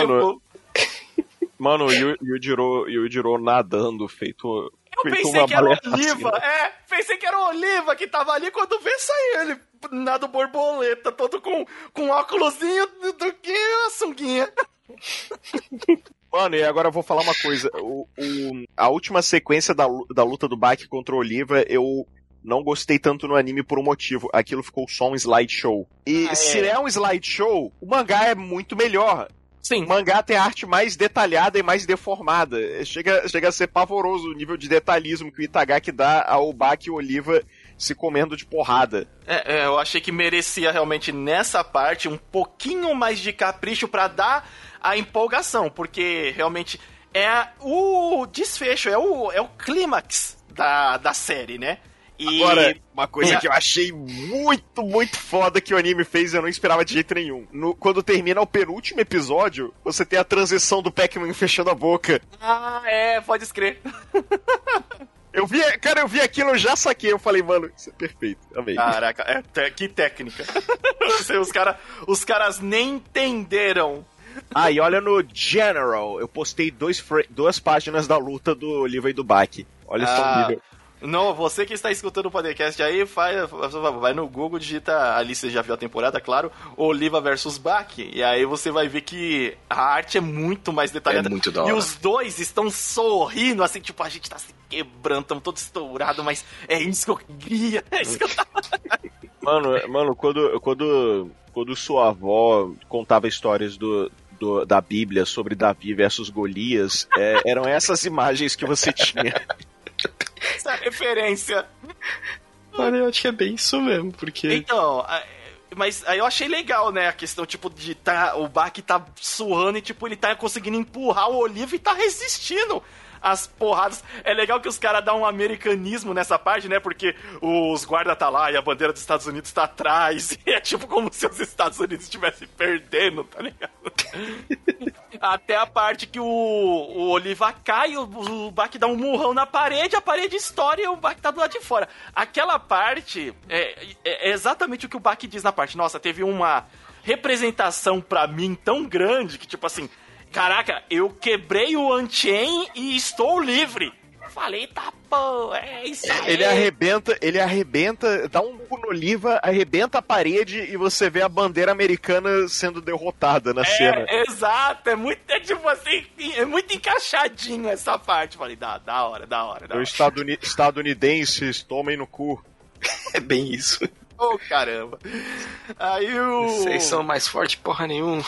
Mano, o Yujiro nadando, feito pensei que era o Oliva, pensei que era o Oliva que tava ali, quando vê sair ele nado borboleta, todo com óculosinho do que a sunguinha. Mano, e agora eu vou falar uma coisa, a última sequência da luta do Baki contra o Oliva, eu não gostei tanto no anime por um motivo. Aquilo ficou só um slideshow. E se é um slideshow, o mangá é muito melhor. Sim. O mangá tem a arte mais detalhada e mais deformada. Chega a ser pavoroso o nível de detalhismo que o Itagaki dá ao Baki e o Oliva se comendo de porrada. Eu achei que merecia realmente nessa parte um pouquinho mais de capricho pra dar a empolgação, porque realmente é o desfecho, é o clímax da série, né? Agora, uma coisa que eu achei muito, muito foda que o anime fez, eu não esperava de jeito nenhum. Quando termina o penúltimo episódio, você tem a transição do Pac-Man fechando a boca. Pode escrever. Eu vi aquilo, eu já saquei. Eu falei, mano, isso é perfeito. Amei. Caraca, que técnica. Os caras nem entenderam. E olha no General, eu postei 2 páginas da luta do Oliva e do Baki. Olha só o nível. Não, você que está escutando o podcast aí, vai no Google, digita, ali você já viu a temporada, claro, Oliva versus Baki, e aí você vai ver que a arte é muito mais detalhada. É muito da hora. E os dois estão sorrindo, assim, tipo, a gente tá se quebrando, estamos todos estourados, mas é isso que eu queria, é isso que eu tava... Mano, quando sua avó contava histórias da Bíblia sobre Davi versus Golias, eram essas imagens que você tinha. Essa referência. Olha, eu acho que é bem isso mesmo, porque... Então, Mas aí eu achei legal, né, a questão, tipo, de o Baki tá suando e, tipo, ele tá conseguindo empurrar o Oliva e tá resistindo as porradas. É legal que os caras dão um americanismo nessa parte, né, porque os guardas tá lá e a bandeira dos Estados Unidos tá atrás. E é tipo como se os Estados Unidos estivessem perdendo, tá ligado? Até a parte que o Oliva cai, o Baki dá um murrão na parede, a parede estoura e o Baki tá do lado de fora. Aquela parte é exatamente o que o Baki diz na parte. Nossa, teve uma representação pra mim tão grande que, tipo assim, caraca, eu quebrei o Unchain e estou livre. Falei, tá, pô, é isso aí. Ele arrebenta, dá um cu no Oliva, arrebenta a parede e você vê a bandeira americana sendo derrotada na cena. Exato, é tipo assim, é muito encaixadinho essa parte. Falei, da hora. Os estadunidenses tomem no cu. É bem isso. Oh, caramba. Aí Vocês são mais fortes porra nenhuma.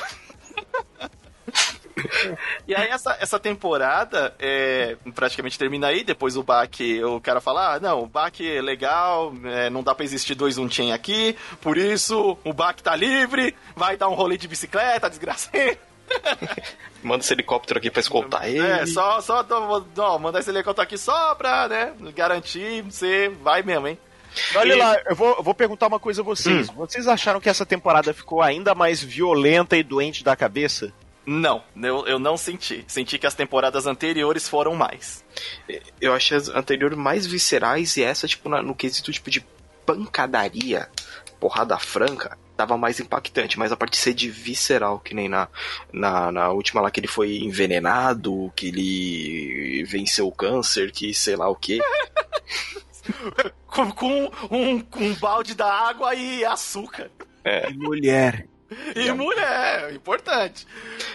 E aí essa temporada praticamente termina aí, depois o cara fala, não, o Baki é legal, não dá pra existir dois Unchain aqui, por isso o Baki tá livre, vai dar um rolê de bicicleta, desgraceiro. Manda esse helicóptero aqui pra escoltar ele. Mandar esse helicóptero aqui só pra, né, garantir, você vai mesmo, hein. Olha lá, eu vou perguntar uma coisa a vocês. Vocês acharam que essa temporada ficou ainda mais violenta e doente da cabeça? Não, eu não senti. Senti que as temporadas anteriores foram mais. Eu achei as anteriores mais viscerais e essa, tipo, no quesito tipo de pancadaria, porrada franca, tava mais impactante. Mas a parte de ser de visceral, que nem na última lá que ele foi envenenado, que ele venceu o câncer, que sei lá o quê. com um balde da água e açúcar. E mulher. E mulher, importante.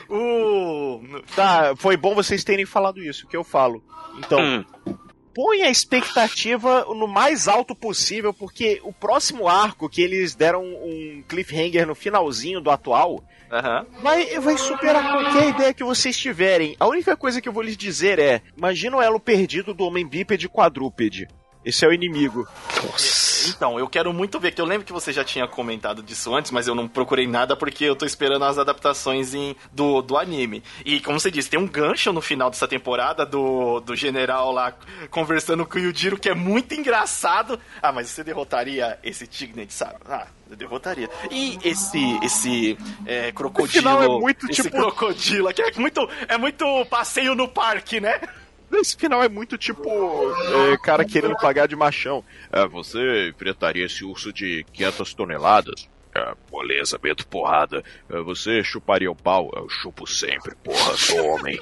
Tá, foi bom vocês terem falado isso, que eu falo. Então, põe a expectativa no mais alto possível, porque o próximo arco, que eles deram um cliffhanger no finalzinho do atual, vai superar qualquer ideia que vocês tiverem. A única coisa que eu vou lhes dizer é, imagina o elo perdido do homem bípede quadrúpede. Esse é o inimigo. Nossa. Então, eu quero muito ver, que eu lembro que você já tinha comentado disso antes, mas eu não procurei nada porque eu tô esperando as adaptações do anime. E, como você disse, tem um gancho no final dessa temporada do general lá conversando com o Yujiro, que é muito engraçado. Ah, mas você derrotaria esse Tignet, sabe? Ah, eu derrotaria. E esse crocodilo... O final é muito esse crocodilo, que é muito passeio no parque, né? Esse final é muito tipo cara querendo pagar de machão. Você enfrentaria esse urso de 500 toneladas? Moleza, meto porrada. Você chuparia o pau? Eu chupo sempre, porra, sou homem.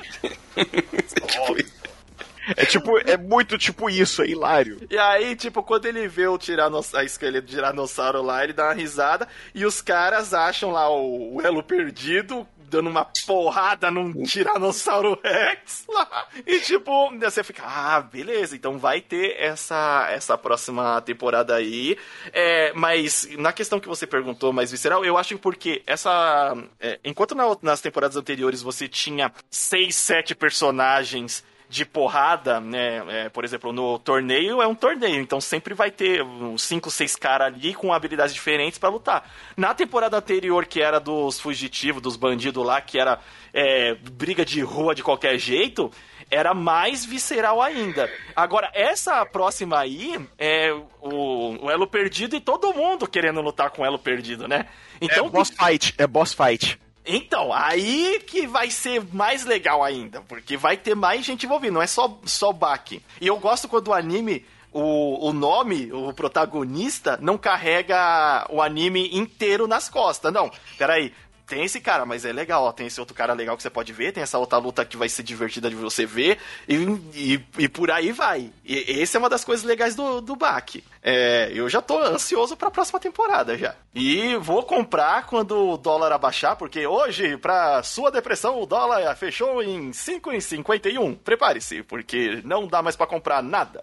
É muito tipo isso, é hilário. E aí, tipo, quando ele vê a esqueleto de tiranossauro lá, ele dá uma risada e os caras acham lá o elo perdido, dando uma porrada num Tiranossauro Rex lá. E tipo, você fica, beleza, então vai ter essa próxima temporada aí. Mas na questão que você perguntou, mais visceral, eu acho que porque enquanto nas temporadas anteriores você tinha 6, 7 personagens de porrada, né? Por exemplo, no torneio é um torneio, então sempre vai ter uns 5, 6 caras ali com habilidades diferentes pra lutar. Na temporada anterior, que era dos fugitivos, dos bandidos lá, que era briga de rua de qualquer jeito, era mais visceral ainda. Agora, essa próxima aí é o elo perdido e todo mundo querendo lutar com o elo perdido, né? Então, é boss fight. Então, aí que vai ser mais legal ainda, porque vai ter mais gente envolvida, não é só Baki. E eu gosto quando o anime, o nome, o protagonista, não carrega o anime inteiro nas costas. Não, peraí, tem esse cara, mas é legal, ó, tem esse outro cara legal que você pode ver, tem essa outra luta que vai ser divertida de você ver, e por aí vai. E essa é uma das coisas legais do Baki. Eu já tô ansioso pra próxima temporada já. E vou comprar quando o dólar abaixar, porque hoje, pra sua depressão, o dólar fechou em 5,51. Prepare-se, porque não dá mais pra comprar nada.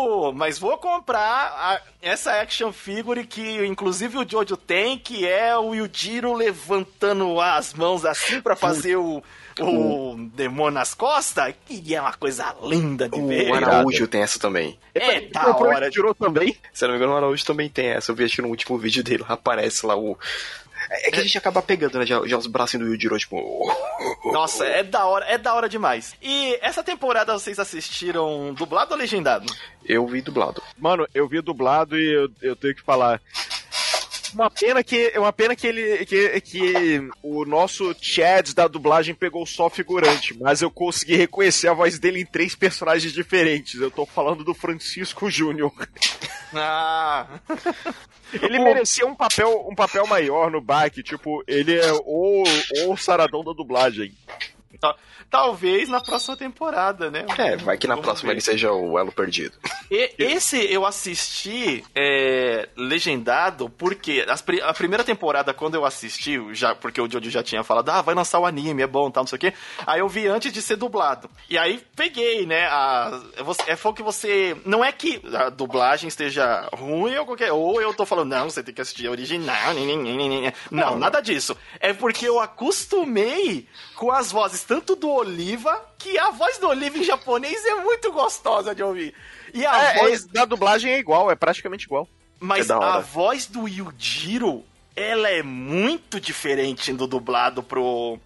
Mas vou comprar essa action figure que inclusive o Jojo tem, que é o Yujiro levantando as mãos assim pra fazer o demônio nas costas, que é uma coisa linda de ver. O Araújo tem essa também. Da hora. Tirou também? Se eu não me engano, o Araújo também tem essa. Eu vi acho que no último vídeo dele, lá aparece lá o... É que a gente acaba pegando, né, já os bracinhos do Yujiro, tipo... Nossa, é da hora demais. E essa temporada vocês assistiram dublado ou legendado? Eu vi dublado. Mano, eu vi dublado e eu tenho que falar... Uma pena que o nosso Chad da dublagem pegou só figurante, mas eu consegui reconhecer a voz dele em 3 personagens diferentes. Eu tô falando do Francisco Júnior. Ah... Ele merecia um papel maior no Baki, tipo, ele é o saradão da dublagem. Talvez na próxima temporada, né? Vai que na próxima ele seja o elo perdido. Esse eu assisti legendado porque a primeira temporada, quando eu assisti, porque o Jojo já tinha falado, vai lançar o anime, é bom, tal, não sei o quê. Aí eu vi antes de ser dublado. E aí peguei, né? Foi que você... Não é que a dublagem esteja ruim ou eu tô falando, não, você tem que assistir a original. Não, nada disso. É porque eu acostumei com as vozes tanto do Oliva, que a voz do Oliva em japonês é muito gostosa de ouvir. E a voz da dublagem é igual, é praticamente igual. Mas a voz do Yujiro, ela é muito diferente do dublado pro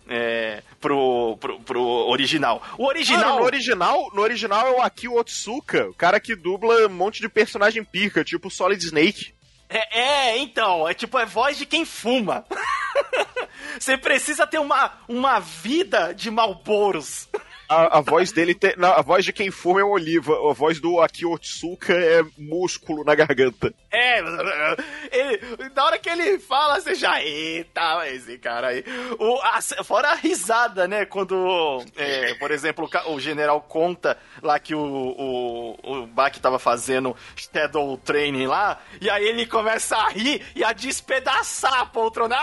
original. O original... No original é o Akio Otsuka, o cara que dubla um monte de personagem pica, tipo Solid Snake. Então, é voz de quem fuma. Você precisa ter uma vida de Marlboros. A voz dele a voz de quem fuma é o Oliva. A voz do Akio Otsuka é músculo na garganta. Na hora que ele fala, você já... Eita, esse cara aí. Fora a risada, né? Quando, por exemplo, o general conta lá que o Baki tava fazendo Shadow Training lá, e aí ele começa a rir e a despedaçar a poltrona.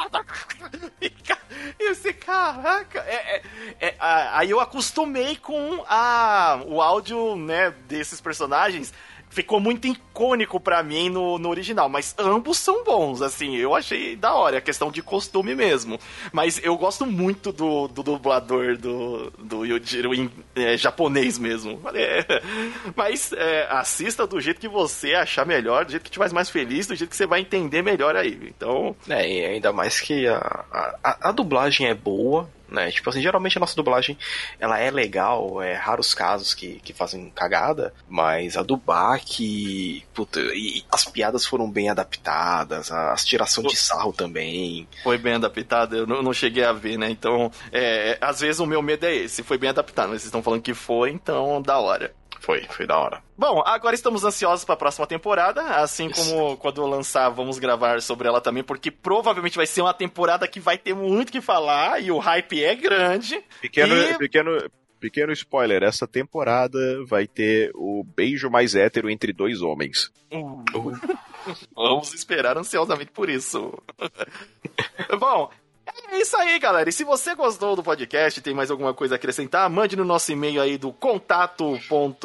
E você, caraca... Aí eu acostumei com o áudio, né, desses personagens. Ficou muito icônico pra mim no original, mas ambos são bons, assim, eu achei da hora, é questão de costume mesmo. Mas eu gosto muito do dublador do Yujiro em japonês mesmo. Mas assista do jeito que você achar melhor, do jeito que te faz mais feliz, do jeito que você vai entender melhor aí. Então... E ainda mais que a dublagem é boa, né? Tipo assim, geralmente a nossa dublagem, ela é legal, é raros casos que fazem cagada, mas a do Baki, puta, e as piadas foram bem adaptadas, as tiração de sarro também. Foi bem adaptada, eu não cheguei a ver, né? Então, às vezes o meu medo é esse, foi bem adaptado, mas vocês estão falando que foi, então da hora. Foi da hora. Bom, agora estamos ansiosos para a próxima temporada, assim como quando eu lançar, vamos gravar sobre ela também, porque provavelmente vai ser uma temporada que vai ter muito o que falar, e o hype é grande. Pequeno spoiler, essa temporada vai ter o beijo mais hétero entre 2 homens. Vamos esperar ansiosamente por isso. Bom... É isso aí, galera. E se você gostou do podcast, tem mais alguma coisa a acrescentar, mande no nosso e-mail aí do contato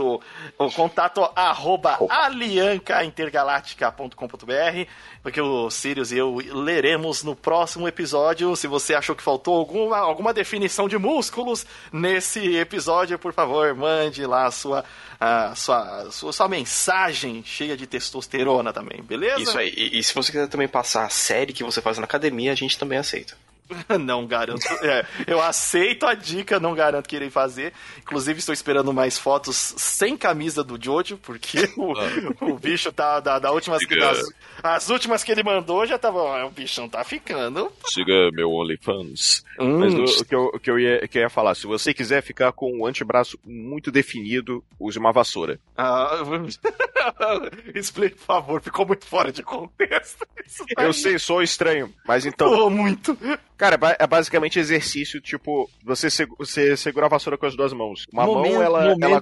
@aliancaintergaláctica.com.br, porque o Sirius e eu leremos no próximo episódio. Se você achou que faltou alguma definição de músculos nesse episódio, por favor, mande lá a sua mensagem cheia de testosterona também, beleza? Isso aí. E se você quiser também passar a série que você faz na academia, a gente também aceita. Não garanto. Eu aceito a dica, não garanto que irei fazer. Inclusive, estou esperando mais fotos sem camisa do Jojo, porque o bicho tá da últimas... As últimas que ele mandou já tava... O bichão tá ficando. Siga meu OnlyFans. Mas o que eu ia falar, se você quiser ficar com um antebraço muito definido, use uma vassoura. Explique, por favor, ficou muito fora de contexto. Eu sei, sou estranho, mas então... Tô muito... Cara, é basicamente exercício, tipo, você segura a vassoura com as 2 mãos. Uma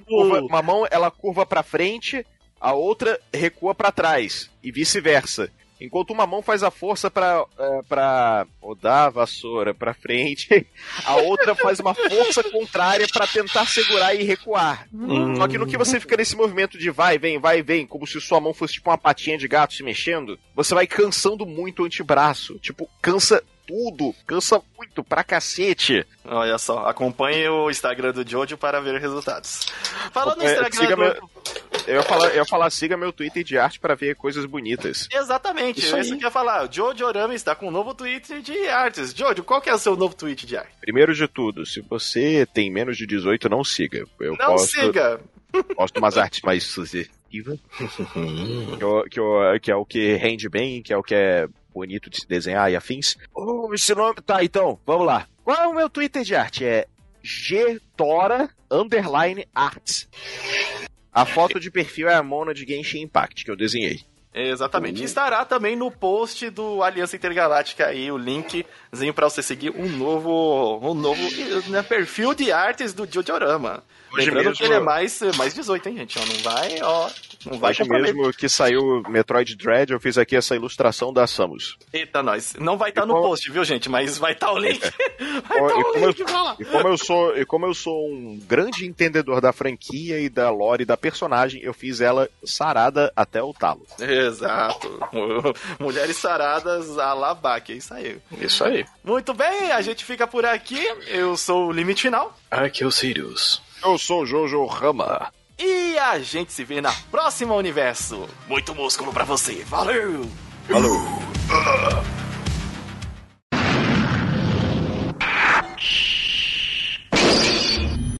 mão ela curva pra frente, a outra recua pra trás, e vice-versa. Enquanto uma mão faz a força pra rodar a vassoura pra frente, a outra faz uma força contrária pra tentar segurar e recuar. Só que no que você fica nesse movimento de vai, vem, como se sua mão fosse tipo uma patinha de gato se mexendo, você vai cansando muito o antebraço. Tipo, cansa tudo, cansa muito pra cacete. Olha só, acompanhe o Instagram do Jojo para ver resultados. Falando no Instagram Eu ia falar, siga meu Twitter de arte para ver coisas bonitas. Exatamente, isso que eu ia falar. O Jojo Orama está com um novo tweet de artes. Jojo, qual que é o seu novo tweet de arte? Primeiro de tudo, se você tem menos de 18, não siga. Siga! Posto umas artes mais sugestivas. que é o que rende bem, que é o que é bonito de se desenhar e afins. Esse nome... Tá, então, vamos lá. Qual é o meu Twitter de arte? É gtora_arts. A foto de perfil é a Mona de Genshin Impact, que eu desenhei. Exatamente. Estará também no post do Aliança Intergaláctica aí, o linkzinho pra você seguir um novo perfil de artes do Jojo-Orama. Lembrando que ele é mais 18, hein, gente? Não vai Hoje mesmo que saiu Metroid Dread, eu fiz aqui essa ilustração da Samus. Eita, nós. Não vai estar no post, viu, gente? Mas vai estar o link. E como eu sou um grande entendedor da franquia e da lore da personagem, eu fiz ela sarada até o talo. Exato. Mulheres saradas a la Baki, é isso aí. Isso aí. Muito bem, a gente fica por aqui. Eu sou o Limite Final. Aqui é o Sirius. Eu sou o Jojo Rama. E a gente se vê na próxima Universo. Muito músculo pra você. Valeu! Falou!